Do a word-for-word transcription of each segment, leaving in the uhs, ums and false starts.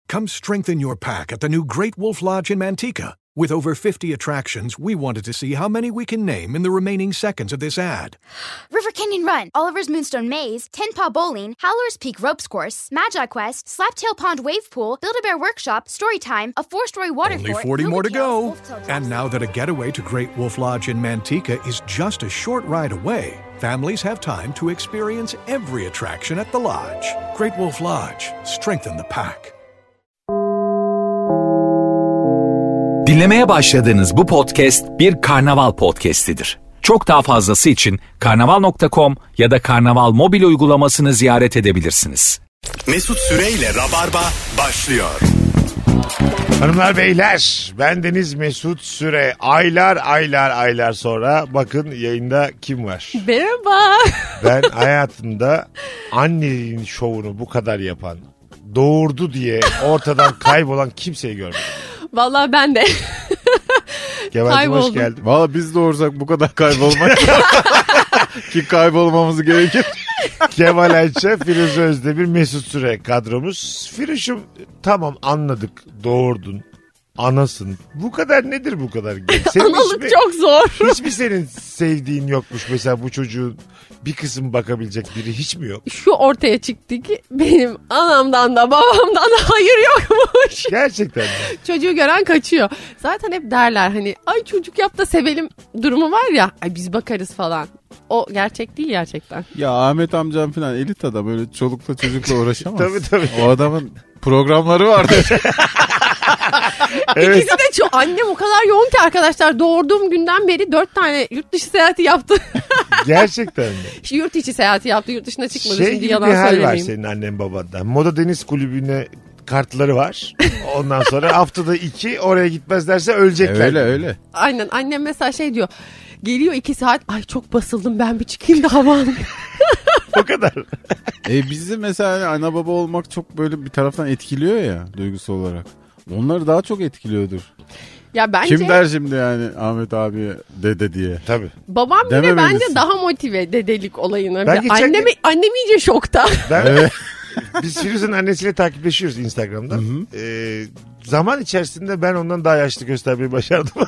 Come strengthen your pack at the new Great Wolf Lodge in Manteca. With over fifty attractions, we wanted to see how many we can name in the remaining seconds of this ad. River Canyon Run, Oliver's Moonstone Maze, Tin Paw Bowling, Howler's Peak Ropes Course, Magi Quest, Slaptail Pond Wave Pool, Build-A-Bear Workshop, Storytime, a four-story water Only fort, forty more to go. Wolftail And now that a getaway to Great Wolf Lodge in Manteca is just a short ride away, families have time to experience every attraction at the lodge. Great Wolf Lodge, strengthen the pack. Dinlemeye başladığınız bu podcast bir karnaval podcastidir. Çok daha fazlası için karnaval nokta com ya da karnaval mobil uygulamasını ziyaret edebilirsiniz. Mesut Süreyle Rabarba başlıyor. Hanımlar beyler, bendeniz Mesut Süre. Aylar aylar aylar sonra bakın yayında kim var? Merhaba. Ben hayatımda annenin şovunu bu kadar yapan, doğurdu diye ortadan kaybolan kimseyi görmedim. Vallahi ben de. Kemal'cim hoş geldin. Valla biz doğursak bu kadar kaybolmak ki kaybolmamız gerekir. Kemal Ayça, Firuze Özdemir, Mesut Süre kadromuz. Firuş'um tamam anladık, doğurdun, anasın. Bu kadar nedir bu kadar? Senin Analık hiçbir, çok zor. Hiç mi senin sevdiğin yokmuş mesela bu çocuğun bir kısım bakabilecek biri hiç mi yok? Şu ortaya çıktı ki benim anamdan da babamdan da hayır yokmuş. Gerçekten mi? Çocuğu gören kaçıyor. Zaten hep derler hani ay çocuk yap da sevelim durumu var ya. Ay biz bakarız falan. O gerçek değil gerçekten. Ya Ahmet amcam falan elit adam, öyle çolukla çocukla uğraşamaz. Tabii tabii. O adamın programları vardır. Evet. İkisi de çok. Annem o kadar yoğun ki arkadaşlar, doğurduğum günden beri dört tane yurt dışı seyahati yaptı. Gerçekten mi? Yurt içi seyahati yaptı, yurt dışına çıkmadı. Şey Şimdi gibi yalan bir hal var söylemeyeyim. senin annen babandan. Moda Deniz Kulübü'ne kartları var. Ondan sonra haftada iki oraya gitmezlerse ölecekler. Öyle öyle. Aynen, annem mesela şey diyor. Geliyor iki saat, ay çok basıldım ben bir çıkayım da hava alayım. O kadar. E bizi mesela hani ana baba olmak çok böyle bir taraftan etkiliyor ya duygusal olarak. Onları daha çok etkiliyordur. Ya bence Kim der şimdi yani Ahmet abi dede diye. Tabii. babam bile Dememelisin. bence daha motive dedelik olayına. Ben geçen Annem, gün- annem iyice şokta. Ben, Evet. Biz Firuze'nin annesiyle takipleşiyoruz Instagram'dan. Ee, zaman içerisinde ben ondan daha yaşlı göstermeyi başardım.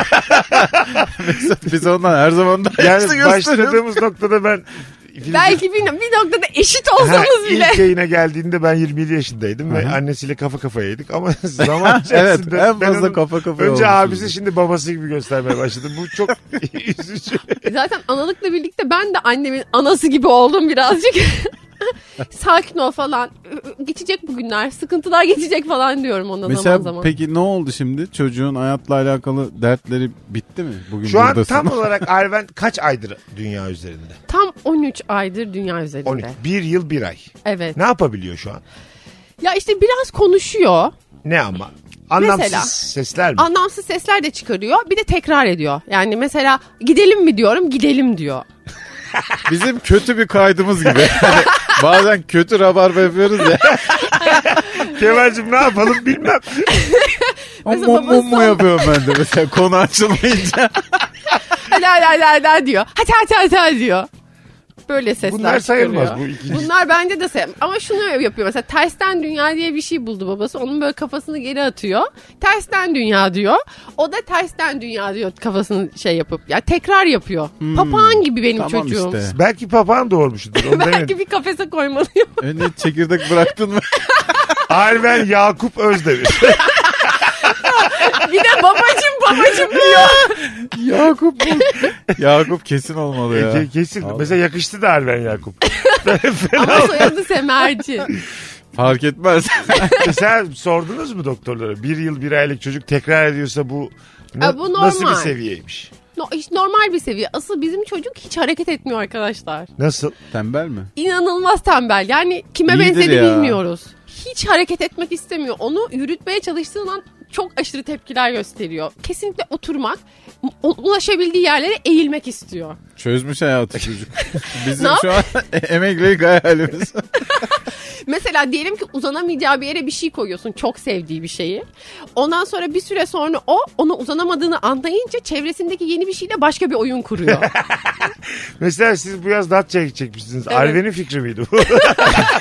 Biz ondan her zaman daha yaşlı Yani gösteriyoruz. başladığımız noktada ben Firuze- Belki bir, bir noktada eşit Ha, olsanız bile. ilk yayına geldiğinde ben yirmi yedi yaşındaydım ve annesiyle kafa kafayaydık ama zaman Evet, içerisinde en ben fazla onun kafa kafaya önce olmuşuz. abisi şimdi babası gibi göstermeye başladı. Bu çok üzücü. Zaten analıkla birlikte ben de annemin anası gibi oldum birazcık. Sakin ol falan. Geçecek bu günler. Sıkıntılar geçecek falan diyorum ona Mesela zaman zaman. peki ne oldu şimdi? Çocuğun hayatla alakalı dertleri bitti mi? Bugün Şu an buradasın. tam olarak Arven kaç aydır dünya üzerinde? Tam on üç aydır dünya üzerinde. on üç. Bir yıl bir ay. Evet. Ne yapabiliyor şu an? Ya işte biraz konuşuyor. Ne ama? Anlamsız Mesela, sesler mi? Anlamsız sesler de çıkarıyor. Bir de tekrar ediyor. Yani mesela gidelim mi diyorum, gidelim diyor. Bizim kötü bir kaydımız gibi. Hani bazen kötü rabarba yapıyoruz ya. Kemal'cim ne yapalım bilmem. Mesela Mum mum mu babası- yapıyorum ben de mesela konu açılmayınca. La la la la diyor. Hadi hadi hadi diyor. Böyle sesler Bunlar sayılmaz, çıkarıyor. bu ikinci. Bunlar bence de sayılmaz. Ama şunu yapıyor mesela, tersten dünya diye bir şey buldu babası. Onun böyle kafasını geri atıyor. Tersten dünya diyor. O da tersten dünya diyor kafasını şey yapıp. Ya tekrar yapıyor. Hmm. Papağan gibi benim Tamam çocuğum. işte. Belki papağan doğurmuştur. Onu Belki demedim. bir kafese koymalıyım. Önce çekirdek bıraktın mı? Arven Yakup Özdemir. Bir de babacım babacım diyor. Yakup bu. Yakup kesin olmalı ya. Ke- Kesin. Allah. Mesela yakıştı da Arven Yakup. Ama soyadı Semerci. Fark etmez. Mesela sordunuz mu doktorlara? Bir yıl bir aylık çocuk tekrar ediyorsa bu, na- Ha, bu nasıl bir normal. seviyeymiş? No, hiç normal bir seviye. Asıl bizim çocuk hiç hareket etmiyor arkadaşlar. Nasıl? Tembel mi? İnanılmaz tembel. Yani kime İyidir benzedi ya. bilmiyoruz. Hiç hareket etmek istemiyor. Onu yürütmeye çalıştığın an çok aşırı tepkiler gösteriyor. Kesinlikle oturmak, ulaşabildiği yerlere eğilmek istiyor. Çözmüş hayatı çocuk. Bizim Ne şu an emeklilik hayalimiz. Mesela diyelim ki uzanamayacağı bir yere bir şey koyuyorsun. Çok sevdiği bir şeyi. Ondan sonra bir süre sonra o ona uzanamadığını anlayınca çevresindeki yeni bir şeyle başka bir oyun kuruyor. Mesela siz bu yaz Datça'ya çekmişsiniz. Evet. Arven'in fikri miydi bu?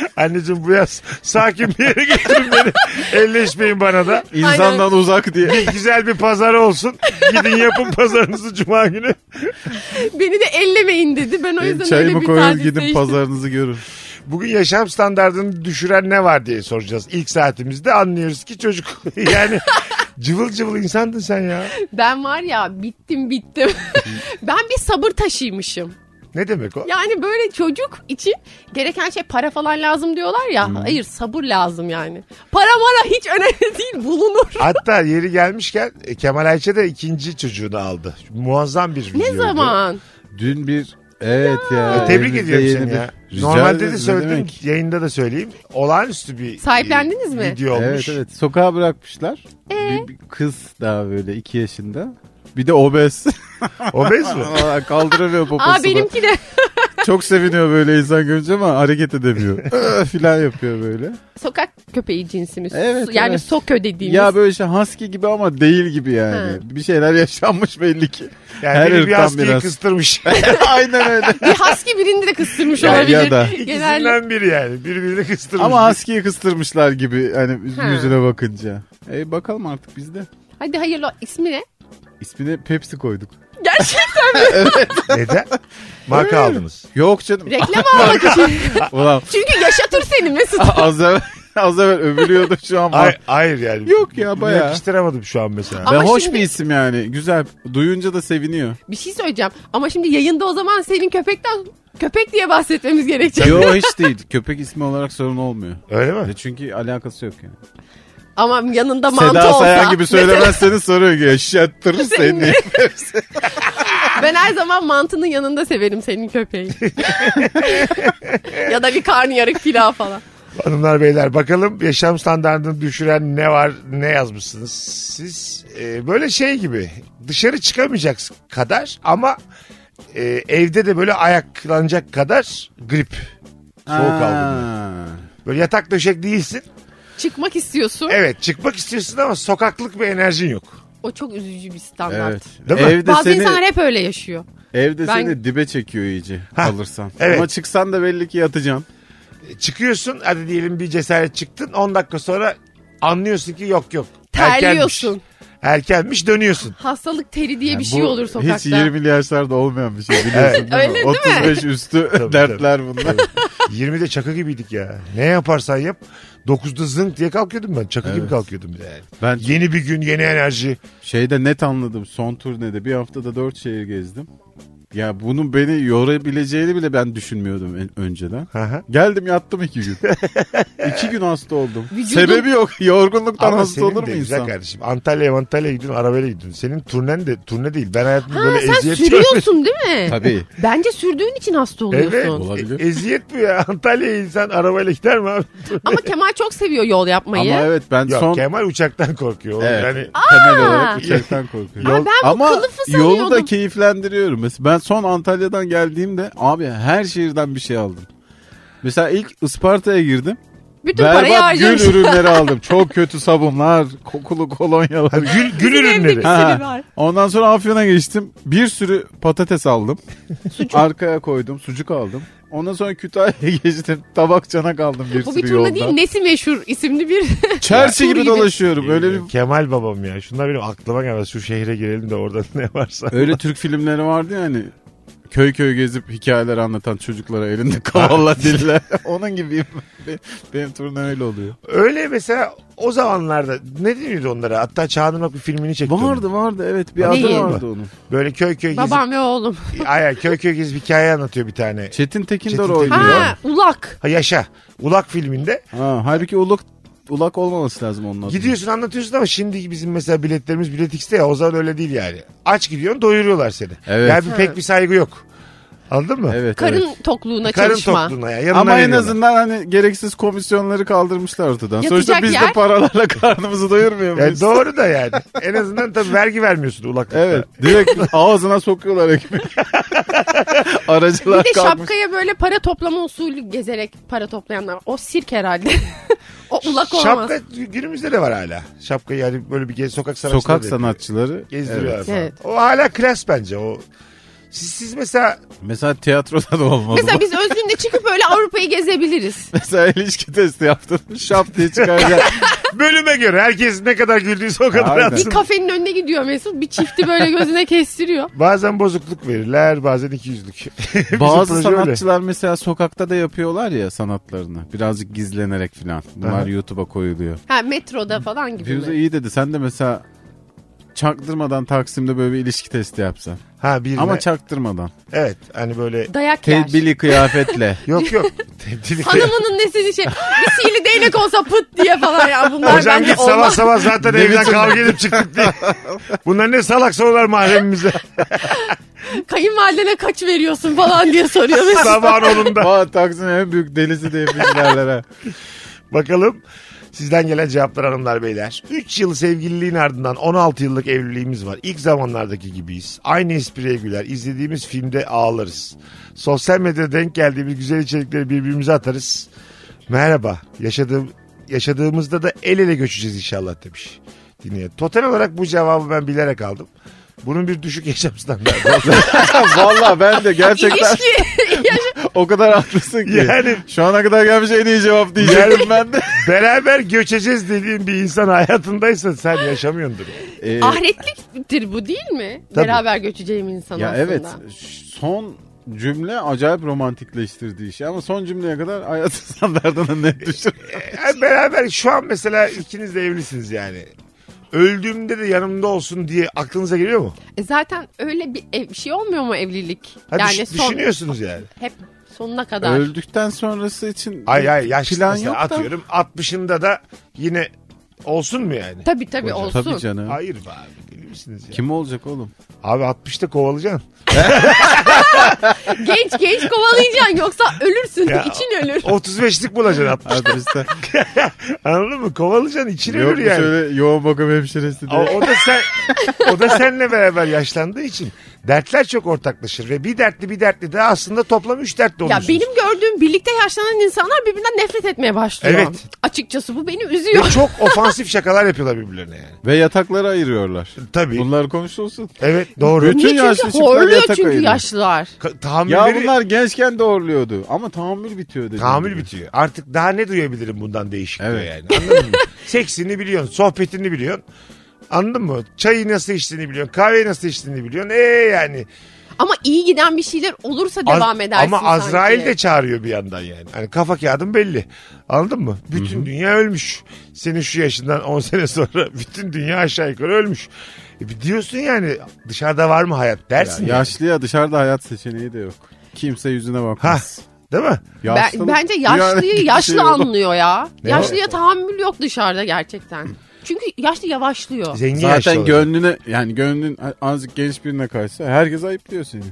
Anneciğim bu yaz sakin bir yere getirin beni. Elleşmeyin bana da. İnsandan Aynen. uzak diye. Bir güzel bir pazar olsun. Gidin yapın pazarınızı cuma günü. Beni de ellemeyin dedi. Ben o yüzden öyle Çayımı bir koyun tatil gidin seçtim. pazarınızı görün. Bugün yaşam standartını düşüren ne var diye soracağız. İlk saatimizde anlıyoruz ki çocuk. Yani cıvıl cıvıl insandın sen ya. Ben var ya bittim bittim. Ben bir sabır taşıymışım. Ne demek o? Yani böyle çocuk için gereken şey para falan lazım diyorlar ya. Hmm. Hayır, sabır lazım yani. Para mara hiç önemli değil, bulunur. Hatta yeri gelmişken Kemal Ayça da ikinci çocuğunu aldı. Muazzam bir videoydu. Ne zaman? Dün bir evet ya. E, tebrik evimizde ediyorum yeni seni bir- ya. Rica Normalde de ederiz, ne söyledim, demek. yayında da söyleyeyim. Olağanüstü bir Sahiplendiniz e, mi? video olmuş. Evet evet. Sokağa bırakmışlar. Ee? Bir, bir kız daha böyle iki yaşında. Bir de obez. Obez mi? Aa, kaldıramıyor poposunu. Aa, benimki de. Çok seviniyor böyle insan görünce ama hareket edemiyor. Ee, filan yapıyor böyle. Sokak köpeği cinsimiz. Evet, Yani evet. sokö dediğimiz. Ya böyle şey husky gibi ama değil gibi yani. Ha. Bir şeyler yaşanmış belli ki. Yani Her biri bir ırktan husky'yi biraz. kıstırmış. Aynen öyle. Bir husky birini de kıstırmış Ya- olabilir. ya da. Genelde. İkisinden biri yani. Birbirini kıstırmış. Ama husky'yi kıstırmışlar gibi hani Ha. yüzüne bakınca. E bakalım artık biz de. Hadi hayırlı. İsmi ne? İsmine Pepsi koyduk. Gerçekten mi? Neden? Marka aldınız. Yok canım. Reklam almak için. Ulan Çünkü yaşatır seni Mesut. az evvel, az evvel övülüyordu şu an. Hayır, hayır yani. Yok ya, bayağı. Yakıştıramadım şu an mesela. Ama Ve hoş şimdi- bir isim yani. Güzel. Duyunca da seviniyor. Bir şey söyleyeceğim. Ama şimdi yayında o zaman senin köpekten köpek diye bahsetmemiz gerekecek. Yo hiç değil. Köpek ismi olarak sorun olmuyor. Öyle mi? E çünkü alakası yok yani. Ama yanında mantı Seda olsa. Sayan gibi söylemezseniz soruyor ki yaşattır seni. Ben her zaman mantının yanında severim senin köpeği. Ya da bir karnıyarık pilav falan. Hanımlar beyler bakalım yaşam standartını düşüren ne var, ne yazmışsınız siz? Ee, böyle şey gibi dışarı çıkamayacak kadar ama e, evde de böyle ayaklanacak kadar grip. Soğuk algınlığı. Böyle yatak döşek değilsin. Çıkmak istiyorsun. Evet, çıkmak istiyorsun ama sokaklık bir enerjin yok. O çok üzücü bir standart. Evet. Değil mi? Evde Bazı seni, insanlar hep öyle yaşıyor. evde Ben- seni dibe çekiyor iyice Hah, kalırsan. evet. Ama çıksan da belli ki yatacaksın. Çıkıyorsun, hadi diyelim bir cesaret çıktın, on dakika sonra anlıyorsun ki yok yok. Erkenmiş. Terliyorsun. Erkenmiş, dönüyorsun. Hastalık teri diye Yani bir şey bu olur sokakta. Hiç yirmili yaşlarda olmayan bir şey biliyorsun değil mi? Öyle değil mi? otuz beş üstü Tabii, dertler bunlar. yirmide çaka gibiydik ya. Ne yaparsan yap. dokuzda zınk diye kalkıyordum ben. Çaka gibi Evet. kalkıyordum bir de yani. Ben Yeni bir gün, yeni enerji. şeyde net anladım. Son turnede bir haftada dört şehir gezdim. Ya bunun beni yorabileceğini bile ben düşünmüyordum en, önceden. Aha. Geldim yattım iki gün. iki gün hasta oldum. Vücudun- Sebebi yok. Yorgunluktan Ama hasta senin olur mu de güzel insan? kardeşim. Antalya'ya Antalya'ya gidiyorsun, arabayla gidiyorsun. Senin turnen de turne değil. Ben hayatımda Ha, böyle sen eziyet sürüyorsun değil mi? Tabii. Bence sürdüğün için hasta oluyorsun. Evet. Olabilir. E- eziyet bu ya. Antalya'ya insan arabayla gider mi abi? Ama Kemal çok seviyor yol yapmayı. Ama evet ben Yok, son... Kemal uçaktan korkuyor. oğlum. Evet. Yani Temel olarak uçaktan korkuyorum. Aa, ben bu Ama kılıfı yolu da sanıyordum. keyiflendiriyorum. Mesela ben son Antalya'dan geldiğimde abi her şehirden bir şey aldım. Mesela ilk Isparta'ya girdim. Bütün parayı Berbat harcamış. gül ürünleri aldım. Çok kötü sabunlar, kokulu kolonyalar. ha, gül, gül Bizim evde ürünleri. bir Ha. sürü var. Ondan sonra Afyon'a geçtim. Bir sürü patates aldım. Arkaya koydum. Sucuk aldım. Ondan sonra Kütahya'ya geçtim. Tabak çanak aldım bir Bu sürü bir turne yolda. değil, nesi meşhur isimli bir Çerçi tur gibi gibi. dolaşıyorum. Öyle bir Kemal babam ya. Şunlar benim aklıma gelmez. Şu şehre girelim de orada ne varsa. öyle Türk filmleri vardı ya hani köy köy gezip hikayeler anlatan çocuklara elinde kavalla diller. Onun gibiyim. Benim, benim turnem öyle oluyor. Öyle mesela o zamanlarda ne deniyordu onlara? Hatta Çağınırmak bir filmini çekti. onun. Vardı vardı evet bir Neyi? adı vardı onun. Böyle köy köy gezip. babam ve oğlum. Ay, ay, köy köy gezip hikaye anlatıyor bir tane. Çetin Tekindor Çetin oynuyor. Tekindor. Ha, ulak. Ha yaşa. Ulak filminde. Ha, halbuki ulak, ulak olmaması lazım onun adı. Gidiyorsun anlatıyorsun ama şimdiki bizim mesela biletlerimiz Bilet X'te ya o zaman öyle değil yani. Aç gidiyorsun doyuruyorlar seni. Evet. Yani bir, pek bir saygı yok. Anladın mı? Evet, Karın evet. tokluğuna Karın çalışma. tokluğuna ya. Yanına Ama en veriyorlar. azından hani gereksiz komisyonları kaldırmışlar ortadan. Yatacak Sonuçta biz yer. de paralarla karnımızı doyurmuyor Yani muyuz? doğru da yani. En azından tabii vergi vermiyorsun ulaklıkta. Evet. Direkt ağzına sokuyorlar ekmeği. Aracılar Bir de kalkmış. şapkaya böyle para toplama usulü gezerek para toplayanlar. O sirk herhalde. O ulak olmaz. Şapka günümüzde de var hala. Şapka yani böyle bir gez, sokak sanatçıları. Sokak da yapıyor. sanatçıları. Gezdiriyorlar Evet. falan. Evet. O hala klas bence o Siz, siz mesela Mesela tiyatroda da olmalı. Mesela bu. biz Özgün'le çıkıp öyle Avrupa'yı gezebiliriz. Mesela ilişki testi yaptın. Şap diye çıkaracaksın. bölüme göre herkes ne kadar güldüyse o kadar Aynen. atsın. Bir kafenin önüne gidiyor Mesut. Bir çifti böyle gözüne kestiriyor. Bazen bozukluk verirler, bazen iki yüzlük. Bazı Bizim proje öyle. sanatçılar mesela sokakta da yapıyorlar ya sanatlarını. Birazcık gizlenerek falan. Bunlar Aha. YouTube'a koyuluyor. Ha metroda falan gibi Firuze mi? iyi dedi. Sen de mesela çaktırmadan Taksim'de böyle bir ilişki testi yapsan. Ha birine. Ama çaktırmadan. Evet hani böyle. Dayak yer. Tedbili kıyafetle. Yok yok. Tebdili. Hanımının nesini şey. Bir sihirli değnek olsa pıt diye falan ya. Bunlar Hocam bence git sabah olmaz. sabah zaten Ne evden biçim- kavga edip çıktık diye. Bunlar ne salak sorular mahremimize. Kayınvalidene kaç veriyorsun falan diye soruyor Mesut. Sabahın onunda. Aa, Taksim'in en büyük delisi diye bilgilerler ha. Bakalım sizden gelen cevaplar hanımlar beyler. üç yıl sevgililiğin ardından on altı yıllık evliliğimiz var. İlk zamanlardaki gibiyiz. Aynı espriye güler. İzlediğimiz filmde ağlarız. Sosyal medyada denk geldiğimiz güzel içerikleri birbirimize atarız. Merhaba. Yaşadığım, yaşadığımızda da el ele göçeceğiz inşallah demiş dinleyen. Total olarak bu cevabı ben bilerek aldım. Bunun bir düşük yaşam standartı. Valla ben de gerçekten İlişki. o kadar haklısın ki. Yani- Şu ana kadar gelmiş en iyi cevap diyecektim ben de. Beraber göçeceğiz dediğin bir insan hayatındaysa sen yaşamıyordur. Ee, Ahretliktir bu değil mi? Tabii. Beraber göçeceğim insan ya aslında. evet son cümle acayip romantikleştirdiği işi ama son cümleye kadar hayat standartını net düşür. Yani beraber şu an mesela ikiniz de evlisiniz yani. Öldüğümde de yanımda olsun diye aklınıza geliyor mu? E zaten öyle bir, ev, bir şey olmuyor mu evlilik? Ha, yani düş- son, düşünüyorsunuz yani. hep sonuna kadar. Öldükten sonrası için Ay ay yaşlı plan mesela yok da. atıyorum altmışında da yine olsun mu yani? Tabii tabii Hocam, olsun. Tabii canım. Hayır be abi deli misiniz ya? Kim olacak oğlum? Abi altmışta kovalayacaksın. Genç genç kovalayacaksın yoksa ölürsün. Ya, için ölür. otuz beşlik bulacaksın altmış. Adreste. Anladın mı? Kovalayacaksın için Yok ölür mu yani. şöyle yoğun bakım hemşiresi O, diye. o da sen o da seninle beraber yaşlandığı için dertler çok ortaklaşır ve bir dertli bir dertli de aslında toplam üç dertli Ya olursunuz. benim gördüğüm birlikte yaşlanan insanlar birbirinden nefret etmeye başlıyor. Evet. Açıkçası bu beni üzüyor. Ve çok ofansif şakalar yapıyorlar birbirlerine yani. Ve yatakları ayırıyorlar. Tabii. Bunlar konuşulsun. Evet doğru. Bütün Niye? yaşlı Çünkü çiftler horluyor yatak çünkü ayırıyor. yaşlılar. Ka- Ya tahammülleri, bunlar gençken de horluyordu ama tahammül bitiyor dedi. tahammül bitiyor. Artık daha ne duyabilirim bundan değişik diyor Evet. yani. Anladın mı? Seksini biliyorsun, sohbetini biliyorsun. Anladın mı? Çayı nasıl içtiğini biliyorsun, kahveyi nasıl içtiğini biliyorsun. Ee yani. Ama iyi giden bir şeyler olursa devam Az- edersin Ama Azrail sanki. de çağırıyor bir yandan yani. Hani kafa kağıdın belli. Anladın mı? Bütün dünya ölmüş. Senin şu yaşından on sene sonra bütün dünya aşağı yukarı ölmüş. E bir diyorsun yani dışarıda var mı hayat dersin. Ya, yani. yaşlıya dışarıda hayat seçeneği de yok. Kimse yüzüne bakmaz. Değil mi? Ben, Yaşlılık bence dünyanın yaşlıyı bir yaşlı şey yok. anlıyor ya. Ne Yaşlıya o? tahammül yok dışarıda gerçekten. Çünkü yaşlı yavaşlıyor. Zengin yaşlı Zaten olacak. gönlüne yani gönlün azıcık genç birine kaçsa herkes ayıplıyor seni.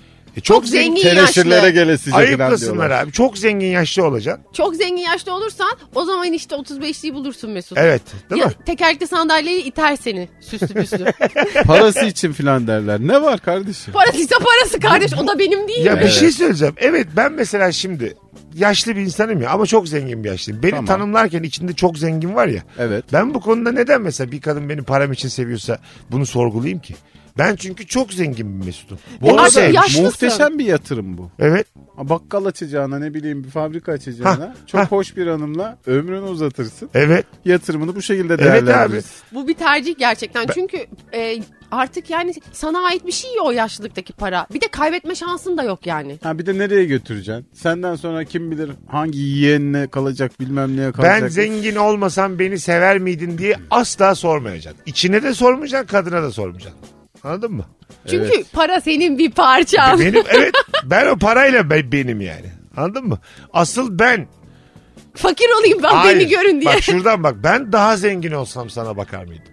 E Çok zengin Teneşirlere yaşlı. gelesice falan Ayıplasınlar diyorlar. abi. Çok zengin yaşlı olacaksın. Çok zengin yaşlı olursan o zaman işte otuz beşliği bulursun Mesut. Evet. Değil Ya, mi? tekerlekli sandalyeyi iter seni süslü püslü. Parası için filan derler. Ne var kardeşim? Parasıysa parası kardeş o da benim değil Ya mi? bir şey söyleyeceğim. Evet ben mesela şimdi yaşlı bir insanım ya ama çok zengin bir yaşlıyım. Beni Tamam. tanımlarken içinde çok zengin var ya. Evet. Ben bu konuda neden mesela bir kadın beni param için seviyorsa bunu sorgulayayım ki? Ben çünkü çok zengin bir Mesut'um. E Bu artık arada yaşlısın. Muhteşem bir yatırım bu. evet. Bakkal açacağına ne bileyim bir fabrika açacağına Ha, çok ha. hoş bir hanımla ömrünü uzatırsın. Evet. Yatırımını bu şekilde Evet abi. değerlendirirsin. Bu bir tercih gerçekten. Çünkü e, artık yani sana ait bir şey ya o yaşlılıktaki para. Bir de kaybetme şansın da yok yani. Ha bir de nereye götüreceksin? Senden sonra kim bilir hangi yeğenine kalacak bilmem neye kalacak. Ben zengin olmasam beni sever miydin diye asla sormayacaksın. İçine de sormayacaksın, kadına da sormayacaksın. Anladın mı? Çünkü Evet. para senin bir parçan. Benim evet ben o parayla ben, benim yani. Anladın mı? Asıl ben Fakir olayım ben Hayır. beni görün diye. Bak şuradan bak ben daha zengin olsam sana bakar mıydım?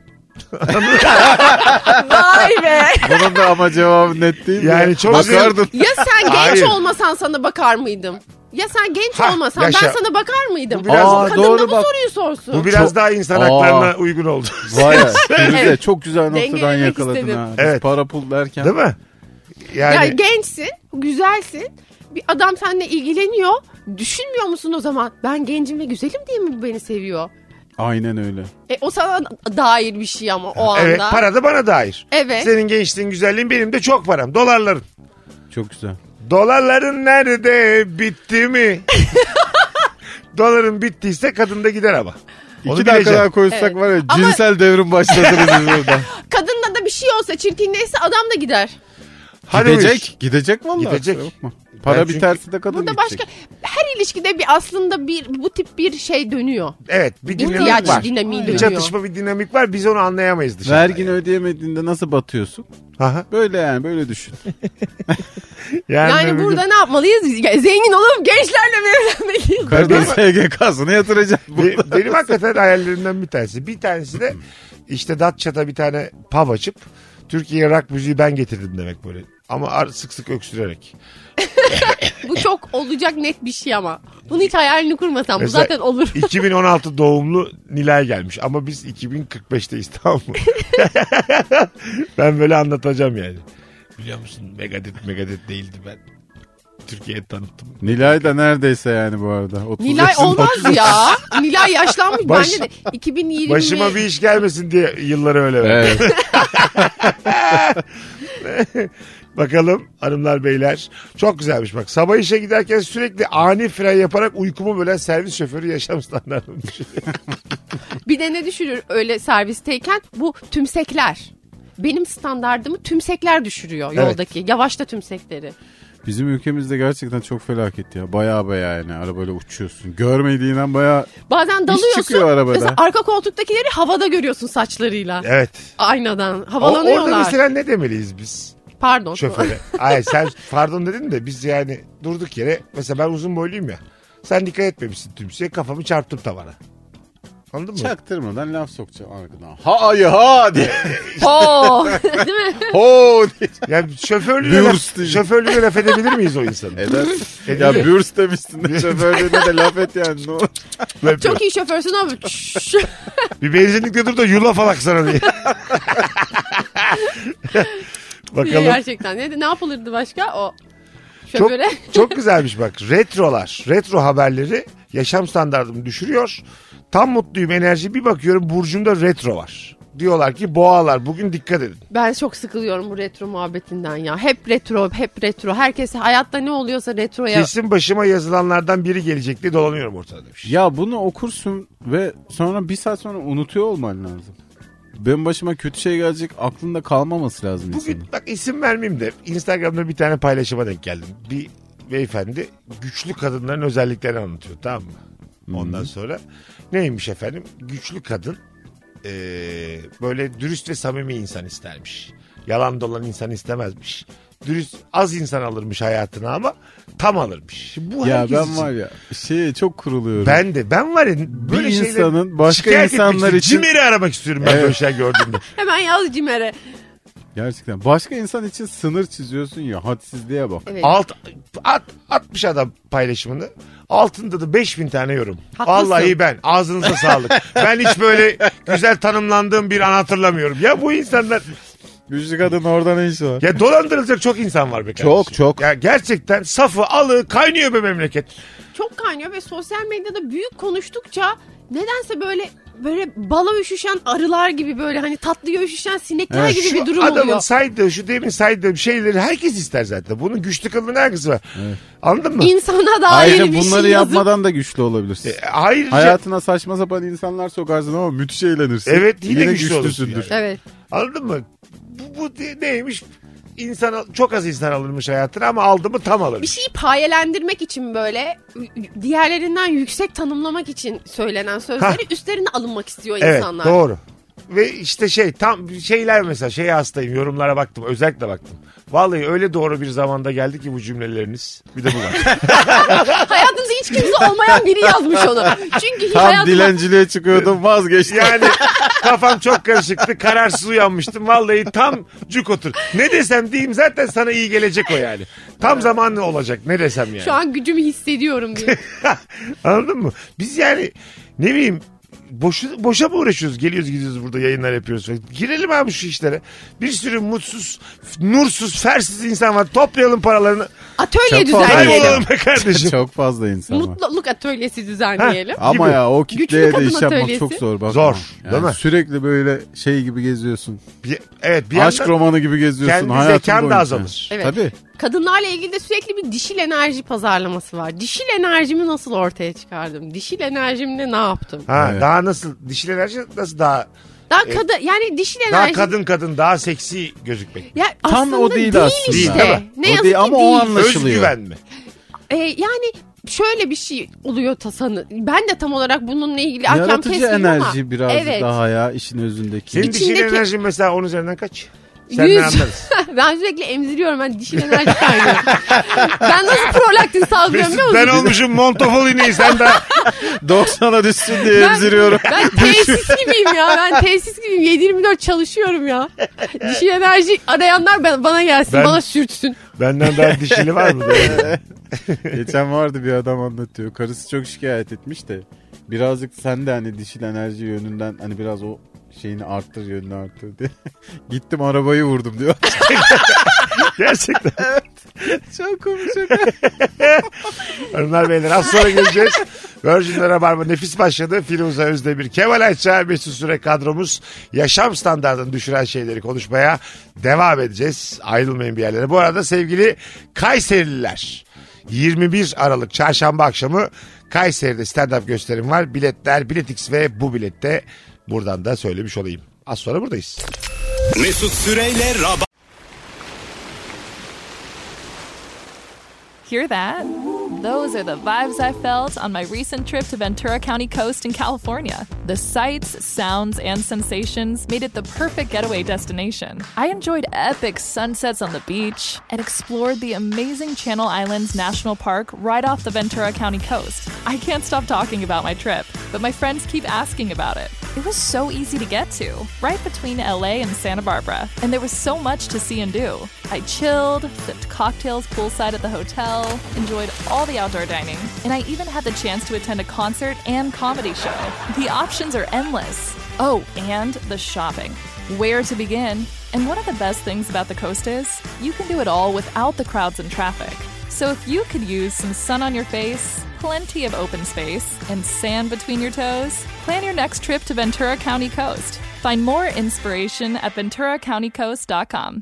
Vay be. Bunun da ama cevabı net değil mi? Yani çok Bakardın. Ya sen genç Hayır. olmasan sana bakar mıydım? Ya sen genç Ha, olmasan yaşa. ben sana bakar mıydım? Bu biraz- O Aa, kadın da doğru bu bak. soruyu sorsun. Bu biraz Çok- daha insan Aa. haklarına uygun oldu. Vay ya. Firuze Evet. çok güzel noktadan Dengelemek yakaladın istedim. ha. Biz Evet. para pul derken. Değil mi? Yani Ya gençsin, güzelsin. Bir adam seninle ilgileniyor. Düşünmüyor musun o zaman? Ben gencim ve güzelim diye mi bu beni seviyor? Aynen öyle. E o sana dair bir şey ama o anda. evet para da bana dair. Evet. Senin gençliğin güzelliğin benim de çok param. Dolarlarım. Çok güzel. Dolarların nerede, bitti mi? Doların bittiyse kadın da gider ama. Onu İki dakika bileceğim. daha koysak Evet. var ya Ama- cinsel devrim başlatırız biz burada. Kadında da bir şey olsa, çirkinleşse adam da gider. Hadi Gidecek. buyur. Gidecek vallahi. Gidecek. Bakma. Para Ben çünkü- biterse de kadın Burada gidecek. başka her ilişkide bir aslında bir bu tip bir şey dönüyor. Evet, bir dinamik İhtiyaç var. dinamiği Bir dönüyor. çatışma, bir dinamik var. Biz onu anlayamayız dışarıda. Vergini ödeyemediğinde nasıl batıyorsun? Aha. Böyle yani böyle düşün. Yani, Yani bir burada gün- ne yapmalıyız? Ya, zengin olup gençlerle mi evlenmeliyiz? Kadın S G K'sını yatıracak Be- burada. benim hakikaten hayallerimden bir tanesi. Bir tanesi de işte Datça'da bir tane pub açıp Türkiye'ye rock müziği ben getirdim demek böyle. Ama ar- sık sık öksürerek. Bu çok olacak net bir şey ama. Bunu hiç hayalini kurmasan bu Mesela zaten olur. iki bin on altı doğumlu Nilay gelmiş ama biz iki bin kırk beşteyiz, tamam mı? Ben böyle anlatacağım yani. Biliyor musun, Megadeth Megadeth değildi, ben Türkiye'ye tanıttım. Nilay da neredeyse yani bu arada. otuz Nilay yaşında, olmaz otuz ya. Nilay yaşlanmış Baş- bence de. iki bin yirmi Başıma bir iş gelmesin diye yılları öyle verdim. Evet. Bakalım hanımlar beyler. Çok güzelmiş bak. Sabah işe giderken sürekli ani fren yaparak uykumu bölen servis şoförü yaşam standartını düşürüyor. Bir de ne düşürür öyle servisteyken? Bu tümsekler. Benim standardımı tümsekler düşürüyor Evet. yoldaki. Yavaşta tümsekleri. Bizim ülkemizde gerçekten çok felaket ya. Baya baya yani arabayla uçuyorsun. Görmediğin an baya Bazen İş dalıyorsun. çıkıyor arabada. Mesela arka koltuktakileri havada görüyorsun saçlarıyla. Evet. Aynadan. O, Havalanıyorlar. orada mesela ne demeliyiz biz Pardon. şoföre? Hayır, sen pardon dedin de biz yani durduk yere, mesela ben uzun boyluyum ya. Sen dikkat etmemişsin tümseye, kafamı çarptım tavana. Anladın mı? çaktırmadan laf sokacağım arkadan. Hay ha diye. Oo. Değil mi? Ho diye. Yani şoförlüğüne laf, Bürst diye. şoförlüğüne laf edebilir miyiz o insanı? Eder. Edilir. ya bürst demişsin de şoförlüğüne de laf et yani. Ne olur. Böyle Çok iyi şoförsün ama. Şşş. bir benzinlikte dur da yulaf alak sana diye. Bakalım. Gerçekten. Ne, ne yapılırdı başka? O Çok, şoföre. çok güzelmiş bak. Retrolar, retro haberleri yaşam standartımı düşürüyor. Tam mutluyum, enerji, bir bakıyorum burcumda retro var. Diyorlar ki boğalar bugün dikkat edin. Ben çok sıkılıyorum bu retro muhabbetinden ya. Hep retro, hep retro. Herkes hayatta ne oluyorsa retroya. Kesin başıma yazılanlardan biri gelecek diye dolanıyorum ortada demiş. Ya bunu okursun ve sonra bir saat sonra unutuyor olman lazım. Benim başıma kötü şey gelecek aklında kalmaması lazım Bugün insanın. bak isim vermeyeyim de Instagram'da bir tane paylaşıma denk geldim. Bir beyefendi güçlü kadınların özelliklerini anlatıyor, tamam mı? Ondan sonra neymiş efendim? Güçlü kadın eee, böyle dürüst ve samimi insan istermiş. Yalan dolan insan istemezmiş. Dürüst az insan alırmış hayatına ama tam alırmış. Bu Ya herkes ben için. var ya şeye çok kuruluyorum. Ben de ben var ya böyle Bir şeyler insanın başka şikayet etmek insanlar istiyorum. için- Cimer'i aramak istiyorum ben Evet. böyle şeyler gördüğümde. Hemen yaz Cimer'e. Gerçekten. Başka insan için sınır çiziyorsun ya. Hadsizliğe bak. Evet. Alt, at, atmış adam paylaşımını. Altında da beş bin tane yorum. Haklısın. Vallahi ben. Ağzınıza sağlık. Ben hiç böyle güzel tanımlandığım bir an hatırlamıyorum. Ya bu insanlar... Güçlü kadın orada ne işi var? Ya dolandırılacak çok insan var be kardeşim. Çok, çok. Ya gerçekten safı alı kaynıyor be memleket. Çok kaynıyor ve sosyal medyada büyük konuştukça nedense böyle böyle bala üşüşen arılar gibi böyle hani tatlıya üşüşen sinekler Evet. gibi Şu bir durum adamın oluyor. saydığı, şu demin saydığı şeyleri herkes ister zaten. Bunun güçlü kadının herkesi var. Anladın mı? İnsana dair Ayrıca bir bunları şey yazıp yapmadan da güçlü olabilirsin. E, ayrıca Hayatına saçma sapan insanlar sokarsın ama müthiş eğlenirsin. Evet, yine güçlü olursun güçlüsündür. yani. evet. anladın mı? Bu, bu de- neymiş? İnsan, al- çok az insan alırmış hayatına ama aldı mı tam alır. Bir şeyi payelendirmek için böyle diğerlerinden yüksek tanımlamak için söylenen sözleri üstlerine alınmak istiyor Evet, insanlar. doğru. Ve işte şey tam şeyler, mesela şeye hastayım, yorumlara baktım, özellikle baktım. Vallahi öyle doğru bir zamanda geldi ki bu cümleleriniz. Bir de bu var. Hayatımızda hiç kimse olmayan biri yazmış onu. Çünkü Tam hayatımda dilenciliğe çıkıyordum vazgeçtim. Yani kafam çok karışıktı, kararsız uyanmıştım. Vallahi tam cuk otur. Ne desem diyeyim zaten sana iyi gelecek o yani. Tam zamanlı olacak ne desem yani. şu an gücümü hissediyorum diye. Anladın mı? Biz yani ne bileyim boşu, boşa mı uğraşıyoruz? Geliyoruz gidiyoruz burada yayınlar yapıyoruz. Girelim abi şu işlere. Bir sürü mutsuz, nursuz, fersiz insan var. Toplayalım paralarını. Atölye Çok fazla düzenleyelim. Kaybolalım be kardeşim. Çok fazla insan var. Mutluluk atölyesi düzenleyelim. Ama gibi. ya o Güçlü kitleye de kadın iş yapmak atölyesi. çok zor. Bakma. Zor, Yani değil mi? Sürekli böyle şey gibi geziyorsun. Bir- evet bir Aşk yandan romanı gibi geziyorsun. kendi hayatın zekan da boyunca. azalır. Evet. Tabii. kadınlarla ilgili de sürekli bir dişil enerji pazarlaması var. Dişil enerjimi nasıl ortaya çıkardım? Dişil enerjimle ne yaptım? Ha, Evet. daha nasıl dişil enerji nasıl daha Daha e, kadın yani dişil daha enerji. kadın kadın daha seksi gözükmek. Ya Tam aslında o değil aslında. işte. Değil, değil mi? Ne O yazık değil ki ama o değil. anlaşılıyor. Özgüven mi? Ee, yani şöyle bir şey oluyor tasanı. Ben de tam olarak bununla ilgili ahkam Yaratıcı kesmiyorum ama. enerji biraz Evet. daha ya işin özündeki. Senin dişil İçindeki- enerjin mesela on üzerinden kaç? Senden Yüz. anlarız. Ben sürekli emziriyorum. Ben dişil enerji kaynıyorum. Ben nasıl prolaktin salgılıyorum biliyor Mesut musun? ben olmuşum montofol ineği sen de. doksana düşsün diye Ben- emziriyorum. Ben tesis gibiyim ya. Ben tesis gibiyim. yedi yirmi dört çalışıyorum ya. Dişil enerji arayanlar ben- bana gelsin. Ben- Bana sürtsün. Benden daha dişili var mı? Geçen vardı bir adam anlatıyor. Karısı çok şikayet etmiş de birazcık sen de hani dişil enerji yönünden hani biraz o şeyini arttır yönünü arttır diye. Gittim arabayı vurdum diyor. Gerçekten. Çok komik çok. Hanımlar beyler az sonra geleceğiz. Virgin'de Rabarba nefis başladı. Firuze Özdemir, Kemal Ayça, Mesut Süre kadromuz yaşam standartını düşüren şeyleri konuşmaya devam edeceğiz. Ayrılmayın bir yerlere. Bu arada sevgili Kayserililer yirmi bir Aralık çarşamba akşamı Kayseri'de stand-up gösterim var. Biletler Biletix ve bu bilette buradan da söylemiş olayım. Az sonra buradayız. Mesut Süreyle Rabarba. Hear that? Those are the vibes I felt on my recent trip to Ventura County Coast in California. The sights, sounds, and sensations made it the perfect getaway destination. I enjoyed epic sunsets on the beach and explored the amazing Channel Islands National Park right off the Ventura County coast. I can't stop talking about my trip, but my friends keep asking about it. It was so easy to get to, right between L A and Santa Barbara, and there was so much to see and do. I chilled, sipped cocktails poolside at the hotel, enjoyed all the outdoor dining, and I even had the chance to attend a concert and comedy show. The options are endless. Oh, and the shopping. Where to begin? And one of the best things about the coast is you can do it all without the crowds and traffic. So if you could use some sun on your face, plenty of open space, and sand between your toes, plan your next trip to Ventura County Coast. Find more inspiration at ventura county coast dot com.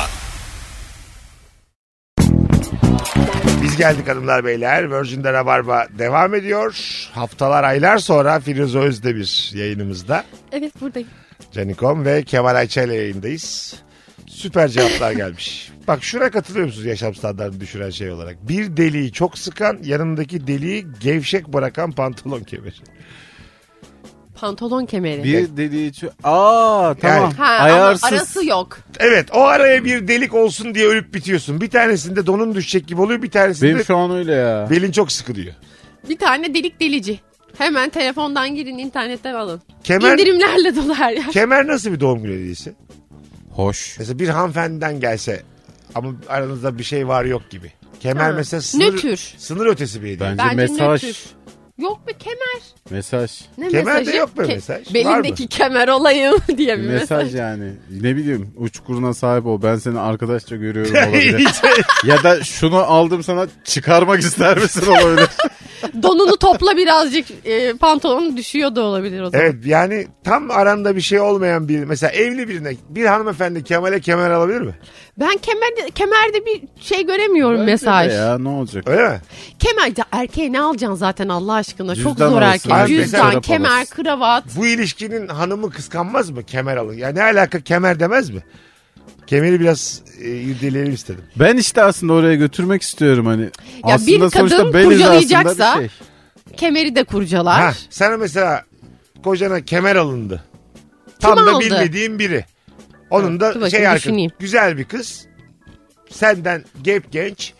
Biz geldik hanımlar beyler. Virgin'de Rabarba devam ediyor. Haftalar aylar sonra Firuze Özdemir yayınımızda. Evet buradayım. Canikom ve Kemal Ayça ile yayındayız. Süper cevaplar gelmiş. Bak şuna katılıyor musunuz yaşam standartını düşüren şey olarak? Bir deliği çok sıkan, yanındaki deliği gevşek bırakan pantolon kemeri. Pantolon kemeri. Bir dediği şu. Aa tamam. Yani- Ha, Ayarsız. ama arası yok. Evet, o araya bir delik olsun diye ölüp bitiyorsun. Bir tanesinde donun düşecek gibi oluyor, bir tanesinde Benim şu an öyle ya. belin çok sıkı diyor. Bir tane delik delici. Hemen telefondan girin, internetten alın. Kemer, İndirimlerle dolu her yer. kemer nasıl bir doğum günü hediyesi? Hoş. Mesela bir hanımefendiden gelse ama aranızda bir şey var yok gibi. Kemer Ha, mesela sınır, nötr. sınır ötesi bir hediye. Bence, Bence mesaj. nötr. Yok mu kemer? Mesaj. Ne Kemer de mesajı? yok mu mesaj? Belindeki Var kemer olayım diye bir Bir mesaj. mesaj yani. Ne bileyim uçkuruna sahip ol. Ben seni arkadaşça görüyorum olabilir. Ya da şunu aldım sana çıkarmak ister misin olabilir. Donunu topla birazcık, e, pantolonun düşüyor da olabilir o zaman. Evet, yani tam aranda bir şey olmayan bir, mesela evli birine bir hanımefendi Kemal'e kemer alabilir mi? Ben kemerde, kemerde bir şey göremiyorum mesaj. Bence de ya ne olacak? Öyle mi? Kemer de erkeğe ne alacaksın zaten Allah aşkına? Çok Cüzdan zor alırsın, erkeğe. erkek Cüzdan, çorap kemer, alırsın. kravat. Bu ilişkinin hanımı kıskanmaz mı kemer alın? Ya ne alaka kemer demez mi? Kemeri biraz e, irdeleyelim istedim. Ben işte aslında oraya götürmek istiyorum hani. Ya aslında bir sonuçta kadın bel hizasında kurcalayacaksa bir şey. kemeri de kurcalar. Ha, sana mesela kocana kemer alındı. Tam da aldı? bilmediğin biri. Onun Dur da bakayım, şey arkadaş, düşüneyim. güzel bir kız. Senden gep genç.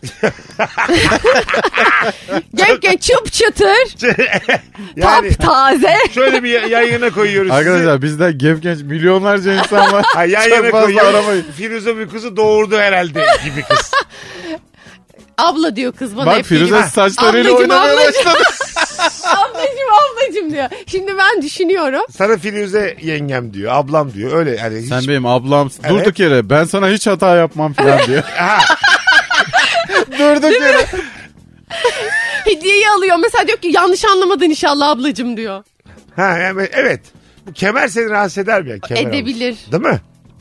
Gel gel çıp çıtır. Yani Tap taze. şöyle bir yan yana koyuyoruz sizi. Arkadaşlar bizden genç genç milyonlarca insan var. Ha, yan Çok yana fazla koyuyoruz. aramayın. Firuze bir kızı doğurdu herhalde gibi kız. Abla diyor kız bana. Bak hep Firuze geliyor. saçlarıyla Ablacım, oynamaya ablacım. başladı. Ablacım ablacım diyor. Şimdi ben düşünüyorum. Sana Firuze yengem diyor, ablam diyor. Öyle hani hiç... Sen benim ablamsın. Evet. Durduk yere ben sana hiç hata yapmam falan diyor. Ha, Durduk yere. Hediyeyi alıyor. Mesela diyor ki yanlış anlamadın inşallah ablacım diyor. ha, yani evet. Bu kemer seni rahatsız eder mi ya? Kemer Edebilir. almış. Değil mi?